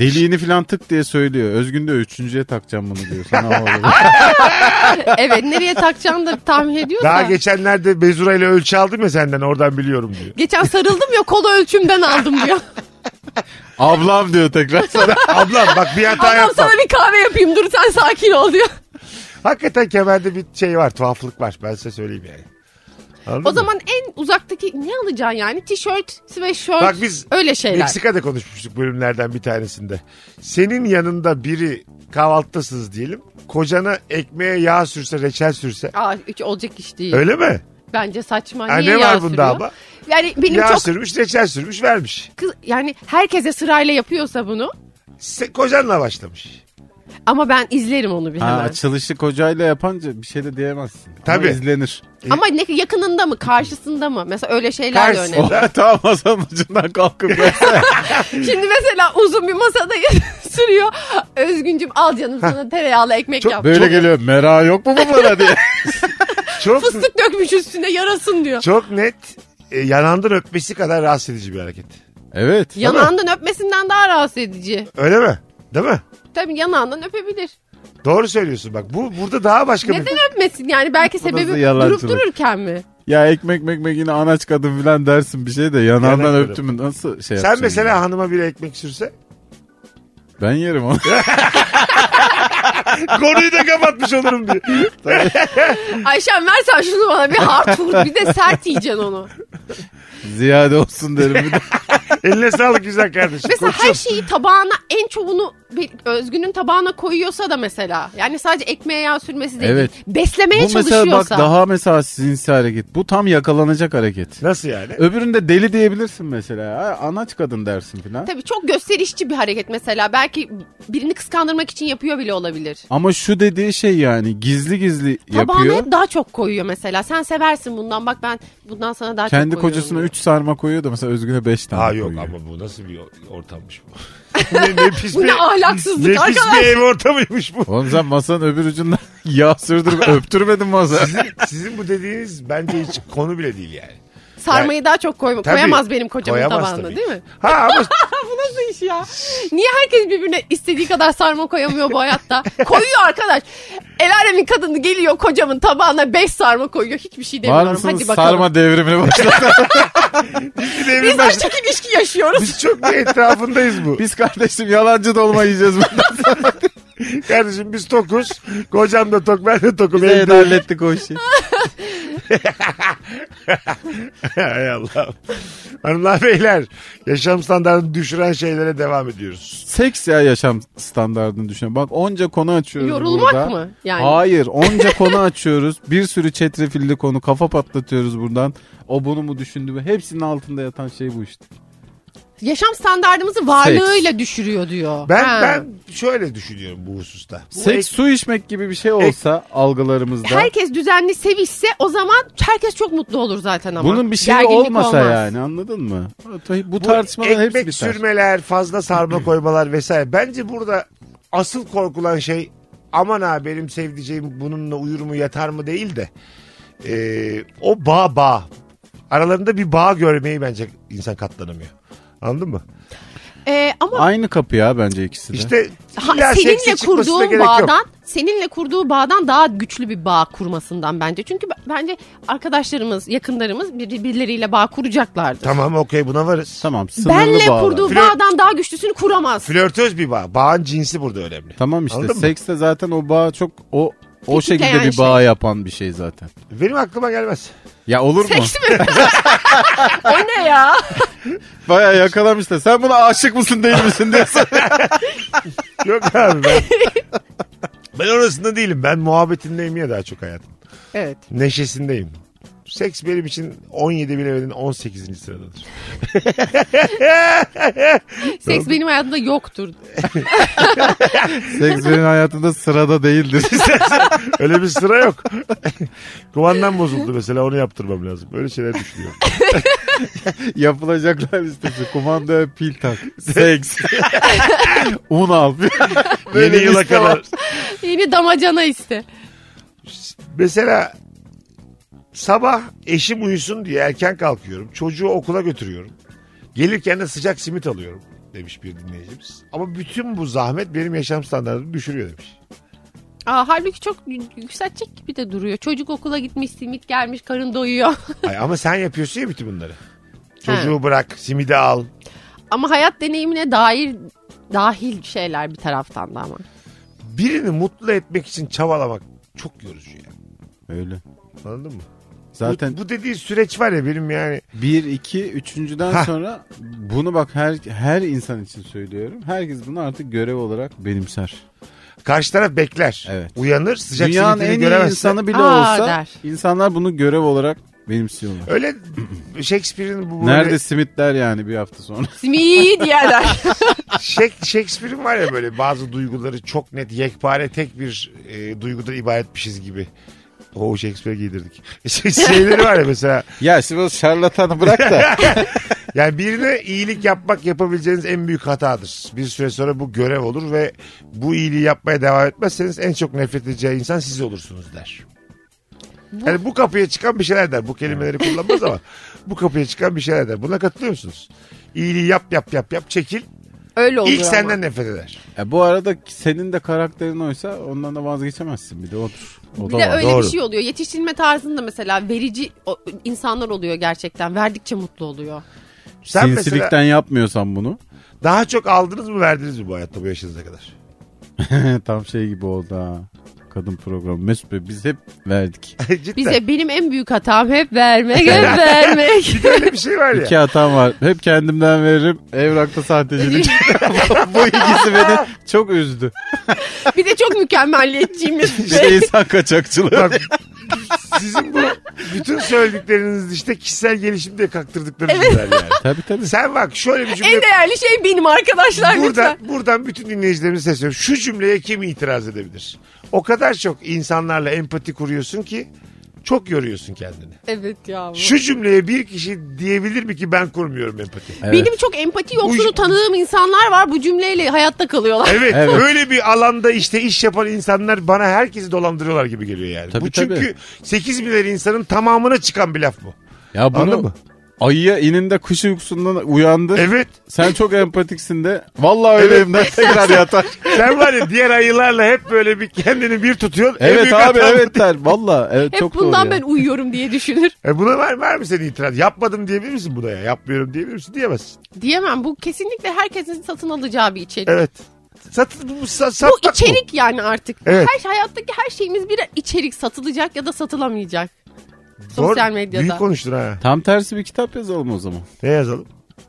Deliğini falan tık diye söylüyor. Özgün de üçüncüye takacağım bunu diyor. Sana havalı. Evet, nereye takacağını da tahmin ediyorsa. Daha geçenlerde bezurayla ölçü aldım ya senden, oradan biliyorum diyor. Geçen sarıldım ya, kolu ölçümden aldım diyor. Ablam diyor tekrar sana. Ablam bak bir hata Adam yapma. sana bir kahve yapayım, dur sen sakin ol diyor. Hakikaten kemerde bir şey var, tuhaflık var. Ben size söyleyeyim yani. Anladın O mı? zaman en uzaktaki ne alacaksın yani? Tişört, sweatshirt, Bak biz öyle şeyler. Meksika'da konuşmuştuk bölümlerden bir tanesinde. Senin yanında biri kahvaltıdasınız diyelim. Kocana ekmeğe yağ sürse, reçel sürse. Aa, hiç olacak iş değil. Öyle mi? Bence saçma. Ha, Niye ne yağ var bunda sürüyor? ama? Yani benim Yağ çok sürmüş, reçel sürmüş, vermiş. kız, yani herkese sırayla yapıyorsa bunu, Se- kocanla başlamış. ama ben izlerim onu bir Ha, hemen. açılışı kocayla yapınca bir şey de diyemezsin. Tabii. Ama izlenir. Ama ne yakınında mı, karşısında mı? Mesela öyle şeyler de Karşısında. önemli. Oh, tamam, masanın ucundan kalkıp gelse. Şimdi mesela uzun bir masadayız, sürüyor. Özgüncüm al canım sana tereyağlı ekmek Çok yap. Böyle Çok- geliyor. Merak yok mu bu bana diye. Çok Fıstık dökmüş üstüne, yarasın diyor. çok net e, yanağından öpmesi kadar rahatsız edici bir hareket. Evet. Yanağından öpmesinden daha rahatsız edici. Öyle mi? Değil mi? Tabii yanağından öpebilir. Doğru söylüyorsun bak. Bu burada daha başka Neden bir... öpmesin yani? Belki Bu nasıl sebebi yalancılık? durup dururken mi? Ya ekmek mekmek yine anaç kadın falan dersin bir şey de yanağından Yanaklarım. öptü mü nasıl şey Sen yapacaksın? mesela yani? hanıma bir ekmek sürse. Ben yerim onu. Konuyu da kapatmış olurum diye. Ayşem versen şunu bana, bir hard vur, bir de sert yiyeceksin onu. Ziyade olsun derim bir de. Eline sağlık güzel kardeşim. Mesela Koçum. her şeyi tabağına, en çoğunu bir- Özgün'ün tabağına koyuyorsa da mesela. Yani sadece ekmeğe yağ sürmesi değil. Evet. Beslemeye Bu mesela çalışıyorsa. bak daha mesela sinsi hareket. Bu tam yakalanacak hareket. Nasıl yani? Öbüründe deli diyebilirsin mesela. Ha, anaç kadın dersin filan. Tabii çok gösterişçi bir hareket mesela. Belki birini kıskandırmak için yapıyor bile olabilir. Ama şu dediği şey yani gizli gizli Tabağına yapıyor. hep daha çok koyuyor mesela. Sen seversin bundan, bak ben bundan sana daha Kendi çok koyuyorum. kocasına diyor. üç sarma koyuyor da mesela Özgün'e beş tane Ha koyuyor. yok ama bu nasıl bir ortammış bu? ne, ne pis Bu bir, ne ahlaksızlık ne pis arkadaş. bir ev ortamıymış bu. Oğlum sen masanın öbür ucundan yağ sürdürüp öptürmedin masa. Sizin, sizin bu dediğiniz bence hiç konu bile değil yani. Sarmayı Yani- daha çok koyma, Tabii. koyamaz benim kocamın Koyamaz tabağına tabii. değil mi? Ha ama Bu nasıl iş ya? Niye herkes birbirine istediği kadar sarma koyamıyor bu hayatta? Koyuyor arkadaş. El alemin kadını geliyor kocamın tabağına beş sarma koyuyor. Hiçbir şey Var demiyorum. mısınız Hadi bakalım. sarma devrimini başlatalım. bir evin Biz başı- açık ilişki yaşıyoruz. Biz çok bir etrafındayız bu. Biz kardeşim yalancı dolma yiyeceğiz bundan sonra. Kardeşim biz tokuz. Kocam da tok, ben de tokum. Biz de Evde- hallettik o işi. Hay Allah. Hanımlar beyler, yaşam standartını düşüren şeylere devam ediyoruz. Seks ya yaşam standartını düşün. Bak onca konu açıyoruz Yorulmak burada. mı? Yani. Hayır onca konu açıyoruz. Bir sürü çetrefilli konu kafa patlatıyoruz buradan. O bunu mu düşündü mü? Hepsinin altında yatan şey bu işte. Yaşam standartımızı varlığıyla düşürüyor diyor. Ben Ha. ben şöyle düşünüyorum bu hususta. Bu Seks ek- su içmek gibi bir şey olsa algılarımızda. Herkes düzenli sevişse o zaman herkes çok mutlu olur zaten ama. Bunun bir şeyi Gerginlik olmasa olmaz. yani anladın mı? Bu bu tartışmaların hepsi ekmek biter. sürmeler, fazla sarma koymalar vesaire. Bence burada asıl korkulan şey aman ha benim sevdiceğim bununla uyur mu yatar mı değil de e, o bağ bağ. Aralarında bir bağ görmeyi bence insan katlanamıyor. Anladın mı? Ee, ama Aynı kapı ya bence ikisi de. İşte Ha, illa seksi seninle çıkmasına kurduğun gerek yok. bağdan, seninle kurduğu bağdan daha güçlü bir bağ kurmasından bence. Çünkü b- bence arkadaşlarımız, yakınlarımız birbirleriyle bağ kuracaklardır. Tamam okey buna varız. Tamam sınırlı Benle bağlar. kurduğu Flört- bağdan daha güçlüsünü kuramaz. Flörtöz bir bağ. Bağın cinsi burada önemli. Tamam işte Anladın mı? sekste zaten o bağ çok o o şekilde Tetikleyen bir bağ yapan bir şey zaten. Benim aklıma gelmez. Ya olur mu? Seks mi? O ne ya? Bayağı yakalamış da sen buna aşık mısın değil misin diye soruyor. Yok abi ben. Ben orasında değilim. Ben muhabbetindeyim ya daha çok hayatım. Evet. Neşesindeyim. Seks benim için on yedi bilemedin on sekizinci sıradadır. Seks benim hayatımda yoktur. Seks benim hayatımda sırada değildir. Öyle bir sıra yok. Kumandam bozuldu mesela onu yaptırmam lazım. Böyle şeyler düşünüyorum. Yapılacaklar listesi. Kumandaya pil tak. Seks. Un al. Yeni Böyle yıla liste kadar. var. Yeni damacana iste. Mesela sabah eşim uyusun diye erken kalkıyorum. Çocuğu okula götürüyorum. Gelirken de sıcak simit alıyorum. demiş bir dinleyicimiz. Ama bütün bu zahmet benim yaşam standartımı düşürüyor demiş. Aa, halbuki çok yükseltecek gibi de duruyor. Çocuk okula gitmiş, simit gelmiş, karın doyuyor. Ay, ama sen yapıyorsun ya bütün bunları. Çocuğu ha. bırak, simidi al. Ama hayat deneyimine dair dahil şeyler bir taraftan da ama. Birini mutlu etmek için çabalamak çok yorucu yani. Öyle. Anladın mı? Zaten bu, bu dediği süreç var ya benim yani. Bir, iki, üçüncüden ha. sonra bunu bak her her insan için söylüyorum. Herkes bunu artık görev olarak benimser. Karşı taraf bekler. Evet. Uyanır, sıcak dünyanın simitini en göremezse. iyi insanı bile Aa, olsa der. insanlar bunu görev olarak benimsiyorlar. Öyle Shakespeare'in bu Nerede böyle... simitler yani bir hafta sonra. Simit yerler. Shakespeare'in var ya böyle bazı duyguları çok net yekpare tek bir e, duygudan ibaretmişiz gibi. O Shakespeare giydirdik. Şeyleri var ya mesela. Ya şimdi şarlatanı bırak da. Yani birine iyilik yapmak yapabileceğiniz en büyük hatadır. Bir süre sonra bu görev olur ve bu iyiliği yapmaya devam etmezseniz en çok nefret edeceği insan siz olursunuz der. Yani bu kapıya çıkan bir şeyler der. Bu kelimeleri kullanmaz ama bu kapıya çıkan bir şeyler der. Buna katılıyor musunuz? İyiliği yap yap yap yap çekil. Öyle olur İlk ama. senden nefret eder. Ya bu arada senin de karakterin oysa ondan da vazgeçemezsin bir de odur. O bir da de var. öyle Doğru. bir şey oluyor. Yetiştirilme tarzında mesela verici insanlar oluyor gerçekten. Verdikçe mutlu oluyor. Sen Sinsilikten mesela yapmıyorsan bunu. daha çok aldınız mı verdiniz mi bu hayatta bu yaşınıza kadar? Tam şey gibi oldu ha. Kadın programı. Mesut Bey biz hep verdik. Cidden. Bize benim en büyük hatam hep vermek, hep vermek. Bir de öyle bir şey var ya. İki hatam var. Hep kendimden veririm. Evrakta sahtecilik. Bu ikisi beni çok üzdü. Bir de çok mükemmelliyetçiyim Mesut Bir de Bey. insan kaçakçılığı. Bak, sizin bu bütün söyledikleriniz işte kişisel gelişim diye kaktırdıklarınız güzel yani. Tabii tabii. Sen bak şöyle bir cümle. En değerli şey benim arkadaşlar Buradan, lütfen. buradan bütün dinleyicilerimize sesleniyorum. Şu cümleye kim itiraz edebilir? O kadar çok insanlarla empati kuruyorsun ki çok yoruyorsun kendini. Evet ya. Bu. Şu cümleye bir kişi diyebilir mi ki ben kurmuyorum empati? Evet. Benim çok empati yoksunu Bu- tanıdığım insanlar var, bu cümleyle hayatta kalıyorlar. Evet, Evet. öyle bir alanda işte iş yapan insanlar bana herkesi dolandırıyorlar gibi geliyor yani. Tabii, bu çünkü tabii. sekiz milyar insanın tamamına çıkan bir laf bu. Ya Anladın bunu mı? ayıya ininde kuş uykusundan uyandı. Evet. Sen çok empatiksin de. Vallahi öyleyim de tekrar yatar. Sen var ya diğer ayılarla hep böyle bir kendini bir tutuyorsun. En Evet büyük abi hatam bu. evet der. Vallahi evet Hep çok doğru bundan ya. ben uyuyorum diye düşünür. E buna var, var mı senin itiraz? Yapmadım diyebilir misin buna ya? Yapmıyorum diyebilir misin? Diyemezsin. Diyemem, bu kesinlikle herkesin satın alacağı bir içerik. Evet. Sat, bu, sa, Bu satmak içerik yani artık. Evet. Her hayattaki her şeyimiz bir içerik, satılacak ya da satılamayacak. Doğru. Sosyal medyada. Büyük konuştun ha. Tam tersi bir kitap yazalım o zaman. Ne yazalım?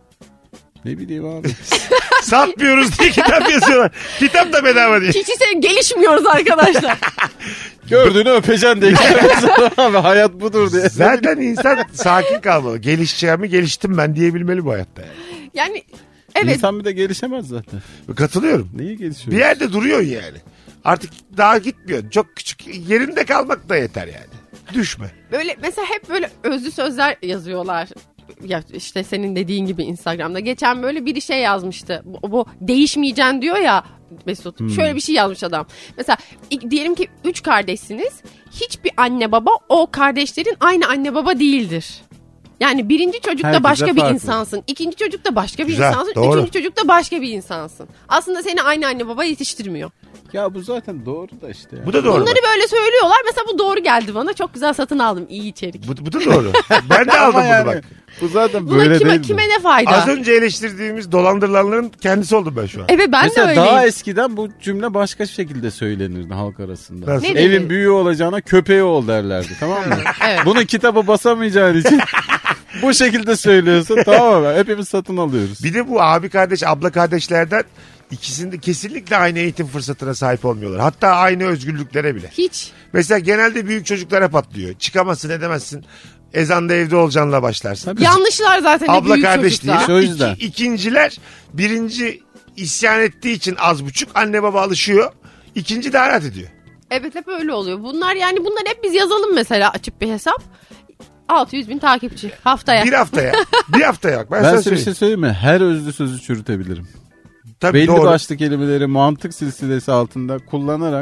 Ne bileyim abi. Satmıyoruz diye kitap yazıyorlar. Kitap da bedava değil. Kişisel gelişmiyoruz arkadaşlar. Gördüğünü öpeceksin diye kitap yazalım abi. Hayat budur diye. Zaten insan sakin kalmalı. Gelişeceğimi geliştim ben diyebilmeli bu hayatta. Yani. Yani evet. İnsan bir de gelişemez zaten. Katılıyorum. Niye gelişiyor? Bir yerde duruyorsun yani. Artık daha gitmiyorsun. Çok küçük yerinde kalmak da yeter yani. Düşme. Böyle mesela hep böyle özlü sözler yazıyorlar. Ya işte senin dediğin gibi Instagram'da. Geçen böyle biri şey yazmıştı. Bu, bu değişmeyeceksin diyor ya Mesut. Hmm. Şöyle bir şey yazmış adam. Mesela diyelim ki üç kardeşsiniz. Hiçbir anne baba o kardeşlerin aynı anne baba değildir. Yani birinci çocukta Herkese başka bir farklı. insansın. İkinci çocukta başka bir Güzel, insansın. doğru. Üçüncü çocukta başka bir insansın. Aslında seni aynı anne baba yetiştirmiyor. Ya bu zaten doğru da işte. Ya. Bu da doğru. Bunları böyle söylüyorlar. Mesela bu doğru geldi bana. Çok güzel satın aldım. İyi içerik. Bu, bu da doğru. Ben de aldım Ama yani, bunu bak. bu zaten Buna böyle kime, değil kime mi? ne fayda? Az önce eleştirdiğimiz dolandırılanların kendisi oldum ben şu an. Evet ben Mesela de öyleyim. daha eskiden bu cümle başka şekilde söylenirdi halk arasında. Nasıl? Ne Evin dedi? büyüğü olacağına köpeği ol derlerdi, tamam mı? Evet. Bunu kitaba basamayacağın için bu şekilde söylüyorsun, tamam mı? Hepimiz satın alıyoruz. Bir de bu abi kardeş abla kardeşlerden ikisinde kesinlikle aynı eğitim fırsatına sahip olmuyorlar. Hatta aynı özgürlüklere bile. Hiç. Mesela genelde büyük çocuklara patlıyor. Çıkamazsın edemezsin. Ezanda evde olacaksınla başlarsın. Yanlışlar zaten de Abla büyük kardeş çocuklar. değil. O yüzden. İki, ikinciler birinci isyan ettiği için az buçuk anne baba alışıyor. İkinci daha rahat ediyor. Evet hep öyle oluyor. Bunlar yani bunlar hep biz yazalım mesela açıp bir hesap. altı yüz bin takipçi haftaya. Bir haftaya. Bir haftaya bak. Ben, Ben sana size bir şey söyleyeyim. söyleyeyim mi? Her özlü sözü çürütebilirim. Tabii Belli doğru. başlı kelimeleri mantık silsilesi altında kullanarak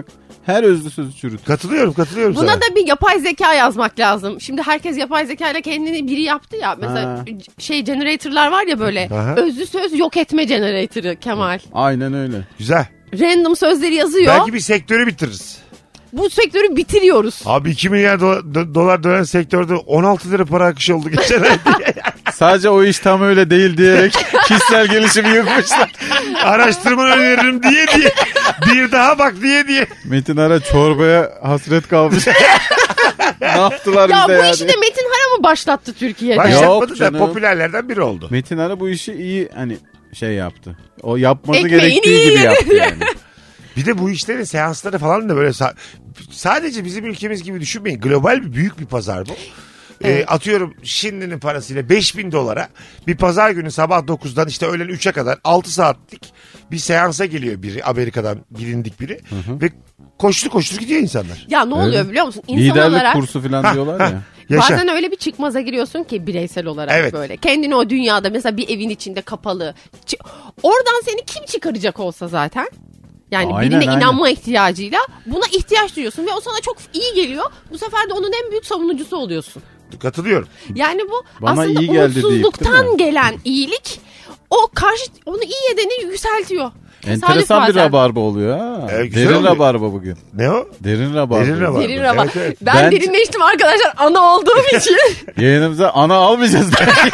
Her özlü sözü çürütür. Katılıyorum katılıyorum Buna sana. da bir yapay zeka yazmak lazım. Şimdi herkes yapay zeka ile kendini biri yaptı ya. Mesela Ha. şey generator'lar var ya böyle. Aha. Özlü söz yok etme generator'ı Kemal. Aynen öyle. Güzel. Random sözleri yazıyor. Belki bir sektörü bitiririz. Bu sektörü bitiriyoruz. Abi iki milyar do- do- dolar dönen sektörde on altı lira para akışı oldu geçen ay. Sadece o iş tam öyle değil diyerek kişisel gelişimi yıkmışlar. Araştırmanı öneririm diye diye. Bir daha bak diye diye. Metin Ara çorbaya hasret kalmış. Ne yaptılar Ya bize bu ya işi diye. de Metin Hara mı başlattı Türkiye'de? Başlatmadı da canım. popülerlerden biri oldu. Metin Ara bu işi iyi hani şey yaptı. O yapması Ekmeğini gerektiği iyi gibi yedi. yaptı yani. Bir de bu işlerin seansları falan da böyle sa- sadece bizim ülkemiz gibi düşünmeyin. Global bir büyük bir pazar bu. Ee, atıyorum şimdinin parasıyla beş bin dolara bir pazar günü sabah dokuzdan işte öğlen üçe kadar altı saatlik bir seansa geliyor biri, Amerika'dan bilindik biri ve koştu koştu gidiyor insanlar. Ya ne oluyor Evet. biliyor musun? İnsan Liderlik olarak kursu falan Ha, diyorlar ha. ya. Yaşa. bazen öyle bir çıkmaza giriyorsun ki bireysel olarak Evet. böyle. Kendini o dünyada mesela bir evin içinde kapalı. Çı- Oradan seni kim çıkaracak olsa zaten. Yani Aynen, birine aynen. inanma ihtiyacıyla buna ihtiyaç duyuyorsun ve o sana çok iyi geliyor. Bu sefer de onun en büyük savunucusu oluyorsun. Katılıyorum. Yani bu Bana aslında iyi geldi deyip, değil umutsuzluktan mi? gelen iyilik o karşı onu iyi edeni yükseltiyor. Tesadüf Enteresan bir bazen. rabarba oluyor ha. Evet, güzel Derin oluyor. rabarba bugün. Ne o? Derin rabarba. Derin rabarba. Derin raba. Evet, evet. Ben, Ben- derinleştim arkadaşlar ana olduğum için. Yayınımıza ana almayacağız.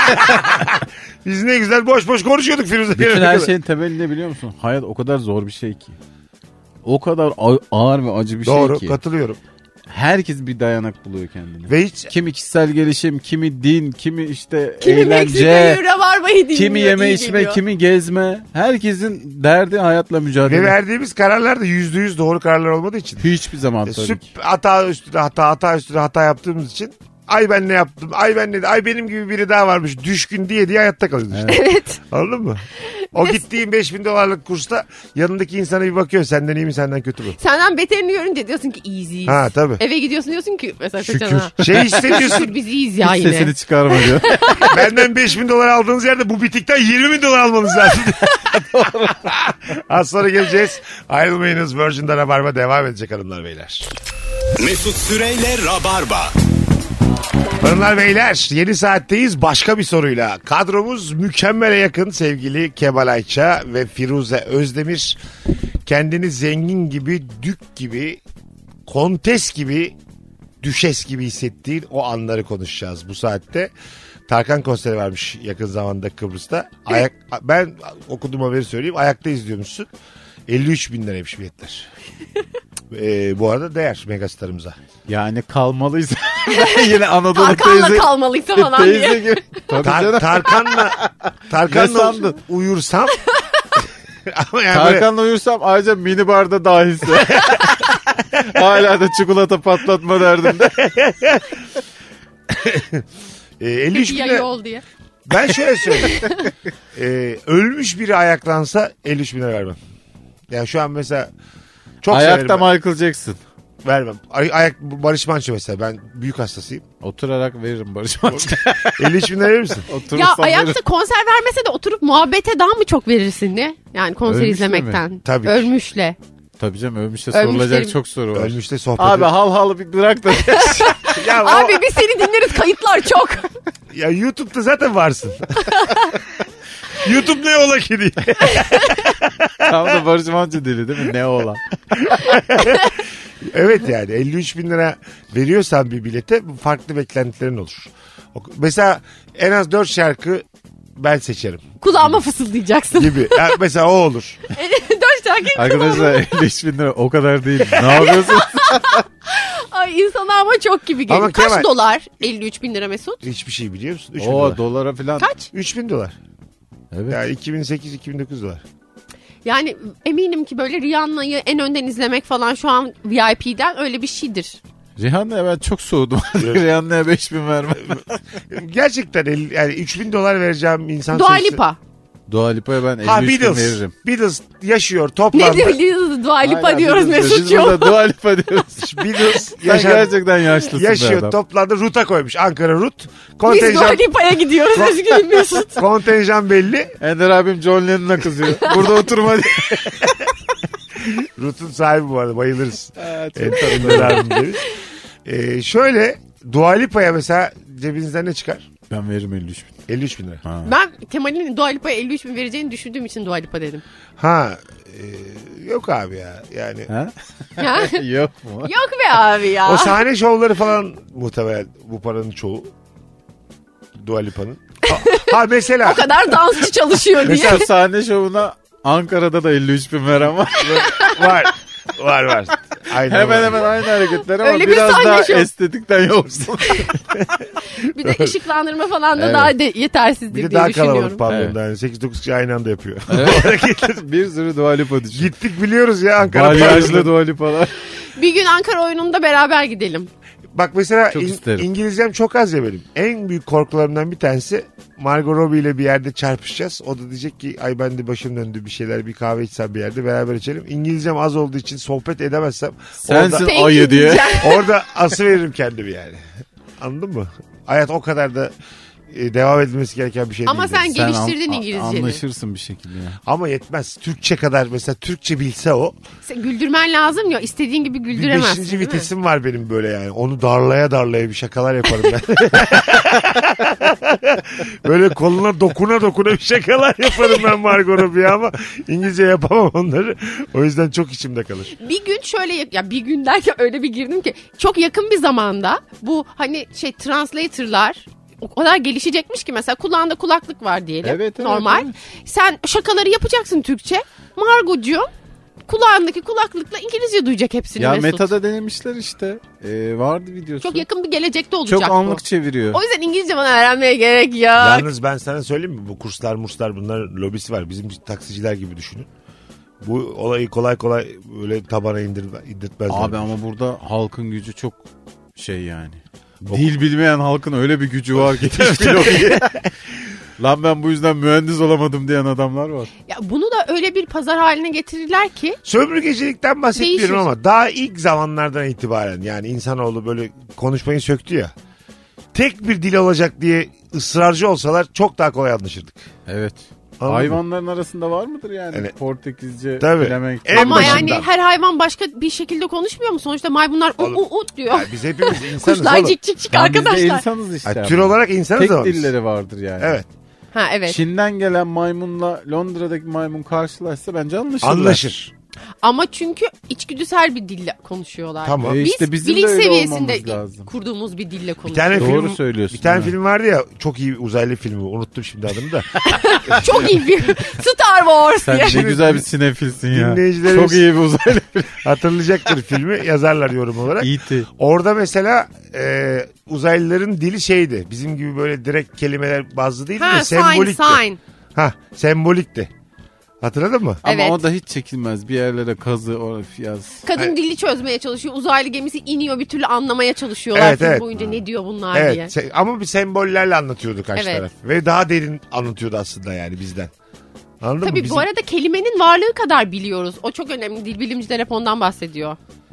Biz ne güzel boş boş konuşuyorduk Firuze. Bütün her şeyin temeli ne biliyor musun? Hayat o kadar zor bir şey ki. O kadar a- ağır ve acı bir Doğru şey ki. katılıyorum. Herkes bir dayanak buluyor kendine. Ve hiç Kimi kişisel gelişim, kimi din, kimi işte Kimi eğlence, Meksika'yı rabarbayı dinliyor. kimi yeme iyi içme, geliyor. kimi gezme. Herkesin derdi hayatla mücadele. ve verdiğimiz kararlar da yüzde yüz doğru kararlar olmadığı için. Hiçbir zaman E, tabii Süp ki. hata üstüne hata hata üstüne hata yaptığımız için ay ben ne yaptım ay ben ne ay benim gibi biri daha varmış düşkün diye diye hayatta kalıyoruz işte. Evet. Anladın mı? O gittiğin beş bin dolarlık kursta yanındaki insana bir bakıyor senden iyi mi senden kötü mü? Senden beterini görünce diyorsun ki easy. Ha tabii. Eve gidiyorsun diyorsun ki mesela Şükür. koçana. Şey hissediyorsun. Şükür biz iyiyiz ya Hiç yine. sesini çıkarma diyor. Benden beş bin dolar aldığınız yerde bu bitikten yirmi bin dolar almanız lazım. Az sonra geleceğiz. Ayrılmayınız. Virgin'de Rabarba devam edecek hanımlar beyler. Mesut Süreyle Rabarba. Hanımlar beyler yeni saatteyiz başka bir soruyla. Kadromuz mükemmele yakın sevgili Kemal Ayça ve Firuze Özdemir. Kendini zengin gibi, dük gibi, kontes gibi, düşes gibi hissettiğin o anları konuşacağız bu saatte. Tarkan konseri varmış yakın zamanda Kıbrıs'ta. Ayak, ben okuduğum haberi söyleyeyim. Ayakta izliyormuşsun. elli üç bin liraymış biletler. Ee, bu arada değer megastarımıza. Yani kalmalıyız. Yine Anadolu Tarkan'la teyze. kalmalıysa falan diye. Teyze gibi. Tabii Tar- canım. Tarkan'la Ne Tarkan'la sandın? uyursam ama yani böyle- Tarkan'la uyursam ayrıca minibarda dahilse. Hala da çikolata patlatma derdinde. e, elli üç bin Yayı lira- ol diye. ben şöyle söyleyeyim. E, ölmüş biri ayaklansa elli üç bin lira vermem. Yani şu an mesela çok Ayakta severim ben. Michael Jackson. Vermem. Ay, ayak Barış Manço mesela ben büyük hastasıyım. Oturarak veririm Barış Manço. elli üç bin lira verir misin? Ya Oturursam ayakta veririm. konser vermese de oturup muhabbete daha mı çok verirsin ne? Yani konser Ölmüşle izlemekten. mi? Tabii ki. Ölmüşle. Tabii canım ölmüşte Ölmüşlerin- sorulacak çok soru var. Ölmüşte sohbet Abi hal hal bir bırak da. ya, o- Abi biz seni dinleriz kayıtlar çok. ya YouTube'da zaten varsın. YouTube ne ola ki diye. Tam da Barış Manço dili değil mi? Ne olan? Evet yani elli üç bin lira veriyorsan bir bilete farklı beklentilerin olur. O- Mesela en az dört şarkı ben seçerim Kulağıma fısıldayacaksın. gibi. Yani mesela o olur. Dört şarkı. Arkadaşlar elli üç bin lira o kadar değil. Ne yapıyorsun? Ay insana ama çok gibi geliyor. Ama Kaç Kemal- dolar? elli üç bin lira Mesut. Hiçbir şey biliyor musun? üç bin O dolar. dolara falan. Kaç? üç bin dolar. Evet. Yani iki bin sekiz iki bin dokuz dolar. Yani eminim ki böyle Rihanna'yı en önden izlemek falan şu an V I P'den öyle bir şeydir. Rihanna'ya ben çok soğudum. Rihanna'ya beş bin vermem. Gerçekten el- yani üç bin dolar vereceğim insan Dua sayısı- Lipa. Dua Lipa'ya ben Ha elli üç bin Beatles. veririm. Beatles yaşıyor Ne toplamda. diyoruz Dua Lipa Hala diyoruz Beatles diyor. Biz Mesut'cuğum. burada Dua Lipa diyoruz. Beatles Sen yaşar, gerçekten yaşlısın be yaşıyor adam. toplamda ruta koymuş. Ankara rut. Biz Dua Kontenjan, Lipa'ya gidiyoruz üzgünüm Mesut. kontenjan belli. Ender abim John Lennon'a kızıyor. Burada oturma diye. Rutun sahibi bu arada, bayılırız. Evet, çok Enteresan deriz. Ee, şöyle Dua Lipa'ya mesela cebinizden ne çıkar? Ben veririm elli üç bin. elli üç bin lira. Ha. Ben Kemal'in Dua Lipa'ya elli üç bin vereceğini düşündüğüm için Dua Lipa dedim. Ha e, yok abi ya yani. Ha? Ya? Yok mu? Yok be abi ya. O sahne şovları falan muhtemelen bu paranın çoğu. Dua Lipa'nın. Ha, ha mesela. O kadar dansçı çalışıyor diye. Mesela sahne şovuna Ankara'da da elli üç bin veren var. var. Var var. Aynen Hemen var. hemen aynı hareketler ama Öyle bir biraz sahne daha şov. estetikten yoksun. Bir de ışıklandırma falan da Evet. daha de yetersizdir Bir de diye daha düşünüyorum. kalabalık pavyonda. Yani sekiz dokuz kişi aynı anda yapıyor. O hareketler. Bir sürü Dua Lipa düşün. Gittik biliyoruz ya Ankara Balyajlı pavyonunda. Dua Lipalar. Bir gün Ankara oyununda beraber gidelim. Bak mesela Çok in- isterim. İngilizcem çok az ya benim. En büyük korkularımdan bir tanesi Margot Robbie ile bir yerde çarpışacağız. O da diyecek ki ay ben de başım döndü bir şeyler, bir kahve içsem bir yerde beraber içelim. İngilizcem az olduğu için sohbet edemezsem Sensin orada, Thank ayı you diye. diyeceğim. orada ası veririm kendimi yani. Anladın mı? Hayat o kadar da e, devam edilmesi gereken bir şey Ama değil. sen yani. geliştirdin an- İngilizceni. Anlaşırsın bir şekilde ya. Ama yetmez. Türkçe kadar mesela Türkçe bilse o. Sen güldürmen lazım ya. İstediğin gibi Bir güldüremezsin. beşinci değil mi? vitesim var benim böyle yani. Onu darlaya darlaya bir şakalar yaparım ben. Böyle koluna dokuna dokuna bir şakalar yaparım ben Margot Robbie'ye ama İngilizce yapamam onları. O yüzden çok içimde kalır. Bir gün şöyle ya bir gün derken öyle bir girdim ki çok yakın bir zamanda bu hani şey translator'lar o kadar gelişecekmiş ki mesela kulağında kulaklık var diyelim. Evet, evet, normal. evet. Sen şakaları yapacaksın Türkçe. Margocuğum kulağındaki kulaklıkla İngilizce duyacak hepsini Ya Mesut. Meta'da denemişler işte. Ee, vardı videosu. Çok yakın bir gelecekte olacak Çok bu. anlık çeviriyor. O yüzden İngilizce bana öğrenmeye gerek yok. Yalnız ben sana söyleyeyim mi? Bu kurslar murslar bunların lobisi var. Bizim taksiciler gibi düşünün. Bu olayı kolay kolay böyle tabana indir, indirtmezler. Abi ama burada halkın gücü çok şey yani. Dil bilmeyen halkın öyle bir gücü var ki. hiç bilmiyor. Lan ben bu yüzden mühendis olamadım diyen adamlar var. Ya bunu da öyle bir pazar haline getirirler ki Sömürgecilikten bahsetmiyorum Değişir. ama daha ilk zamanlardan itibaren yani insanoğlu böyle konuşmayı söktü ya. Tek bir dil olacak diye ısrarcı olsalar çok daha kolay anlaşırdık. Evet. Anladın mı? Hayvanların arasında var mıdır yani? Yani- Portekizce Tabii. bilemek. En ama başından. yani her hayvan başka bir şekilde konuşmuyor mu? Sonuçta maymunlar u Oğlum, u u diyor. Yani biz hepimiz insanız Kuşlar oğlum. cik cik cik Lan biz de arkadaşlar. insanız işte. Yani ama. tür olarak insanız Tek ama biz. dilleri vardır yani. Evet. Ha evet. Çin'den gelen maymunla Londra'daki maymun karşılaşsa bence anlaşırlar. Anlaşır. Ama çünkü içgüdüsel bir dille konuşuyorlar. Tamam. E Biz işte bizim de bilinç öyle seviyesinde olmamız lazım. kurduğumuz bir dille Bir konuşuyoruz. tane Doğru film, söylüyorsun, bir tane evet. film vardı ya çok iyi uzaylı filmi. Unuttum şimdi adını da. Çok iyi bir Star Wars Sen diye. ne güzel bir sinefilsin ya. Dinleyicilerimiz- Çok iyi bir uzaylı. Hatırlayacaktır filmi. Yazarlar yorum olarak. E T Orada mesela e, uzaylıların dili şeydi. Bizim gibi böyle direkt kelimeler bazlı değildi Ha de sign sembolikti. sign. Ha sembolikti. Hatırladın mı? Ama Evet. o da hiç çekilmez. Bir yerlere kazı, oraya yaz. Kadın dili çözmeye çalışıyor. Uzaylı gemisi iniyor bir türlü anlamaya çalışıyorlar. Evet, film evet. boyunca ne diyor bunlar diye. Evet se- ama bir sembollerle anlatıyordu karşı Evet. taraf. Ve daha derin anlatıyordu aslında yani bizden. Anladın mı? Tabii Bizim- bu arada kelimenin varlığı kadar biliyoruz. O çok önemli. Dil bilimciler hep ondan bahsediyor.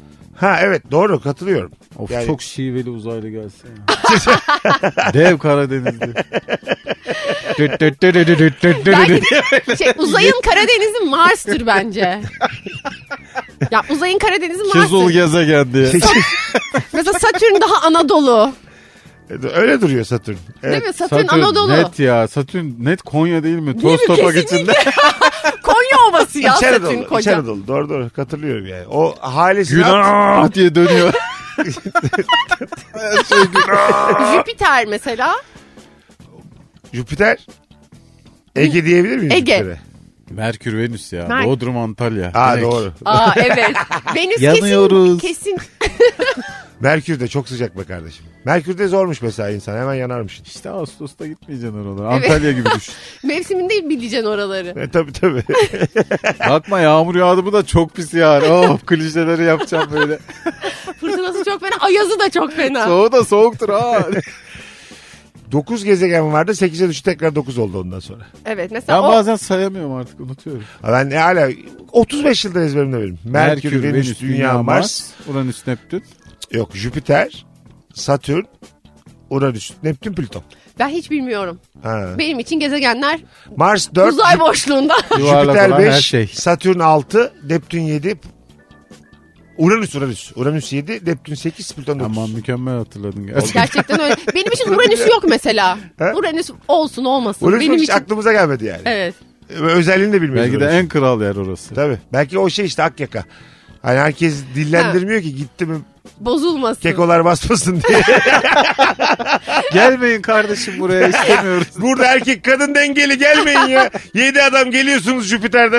Ha evet doğru katılıyorum. Of Yani- çok şiveli uzaylı gelse ya. Dev Karadenizli. Belki şey, uzayın Karadeniz'i Mars'tır bence. Ya uzayın Karadeniz'i Kızıl Mars'tır. gezegen diye. Mesela Satürn daha Anadolu. Öyle duruyor Satürn. Evet. Değil mi? Satürn, Anadolu. net ya. Satürn net Konya değil mi? Değil Toz mi? topak Kesinlikle. içinde. Konya Ovası ya İç Satürn Anadolu, İç koca. Anadolu. Doğru doğru katılıyorum yani. O halesine Günah diye dönüyor. Jüpiter mesela. Jüpiter. Ege diyebilir miyiz Ege. Jüpiter'e? Merkür Venüs ya. Mer- Bodrum Antalya. Ha Direkt. doğru. Aa evet. Venüs Yanıyoruz. kesin kesin. Merkür de çok sıcak be kardeşim. Merkür de zormuş mesela insan. Hemen yanarmışsın. İşte Ağustos'ta gitmeyeceksin oralara. Evet. Antalya gibi düşün. Mevsiminde bileceksin oraları. E, tabii tabii. Bakma yağmur yağdı mı da çok pis yağar. Oh klişeleri yapacağım böyle. Fırtınası çok fena. Ayazı da çok fena. Soğuğu da soğuktur ha. dokuz gezegen vardı. sekize düştü tekrar dokuz oldu ondan sonra. Evet mesela Ben o bazen sayamıyorum artık unutuyorum. Ha, Ben e, hala otuz beş yıldır ezberimde benim. Merkür, Venüs, Dünya, Mars. Uranüs, Neptün. Yok Jüpiter, Satürn, Uranüs, Neptün, Plüton. Ben hiç bilmiyorum. Ha. Benim için gezegenler Mars dört, uzay boşluğunda. Yuvarlak Jüpiter olan her beş, şey. Satürn altı, Neptün yedi, Uranüs Uranüs. Uranüs yedi, Neptün sekiz, Plüton dokuz. Aman mükemmel hatırladın gerçekten. Gerçekten öyle. Benim için Uranüs yok mesela. Ha? Uranüs olsun olmasın. Uranüs Benim hiç için. aklımıza gelmedi yani. Evet. Özelliğini de bilmiyoruz. Belki de Uranüs'ün. en kral yer orası. Tabii. Belki o şey işte Akyaka. Hani herkes dillendirmiyor ki gitti mi Bozulmasın. kekolar basmasın diye. Gelmeyin kardeşim buraya istemiyoruz. Burada erkek kadın dengeli gelmeyin ya. Yedi adam geliyorsunuz Jüpiter'den.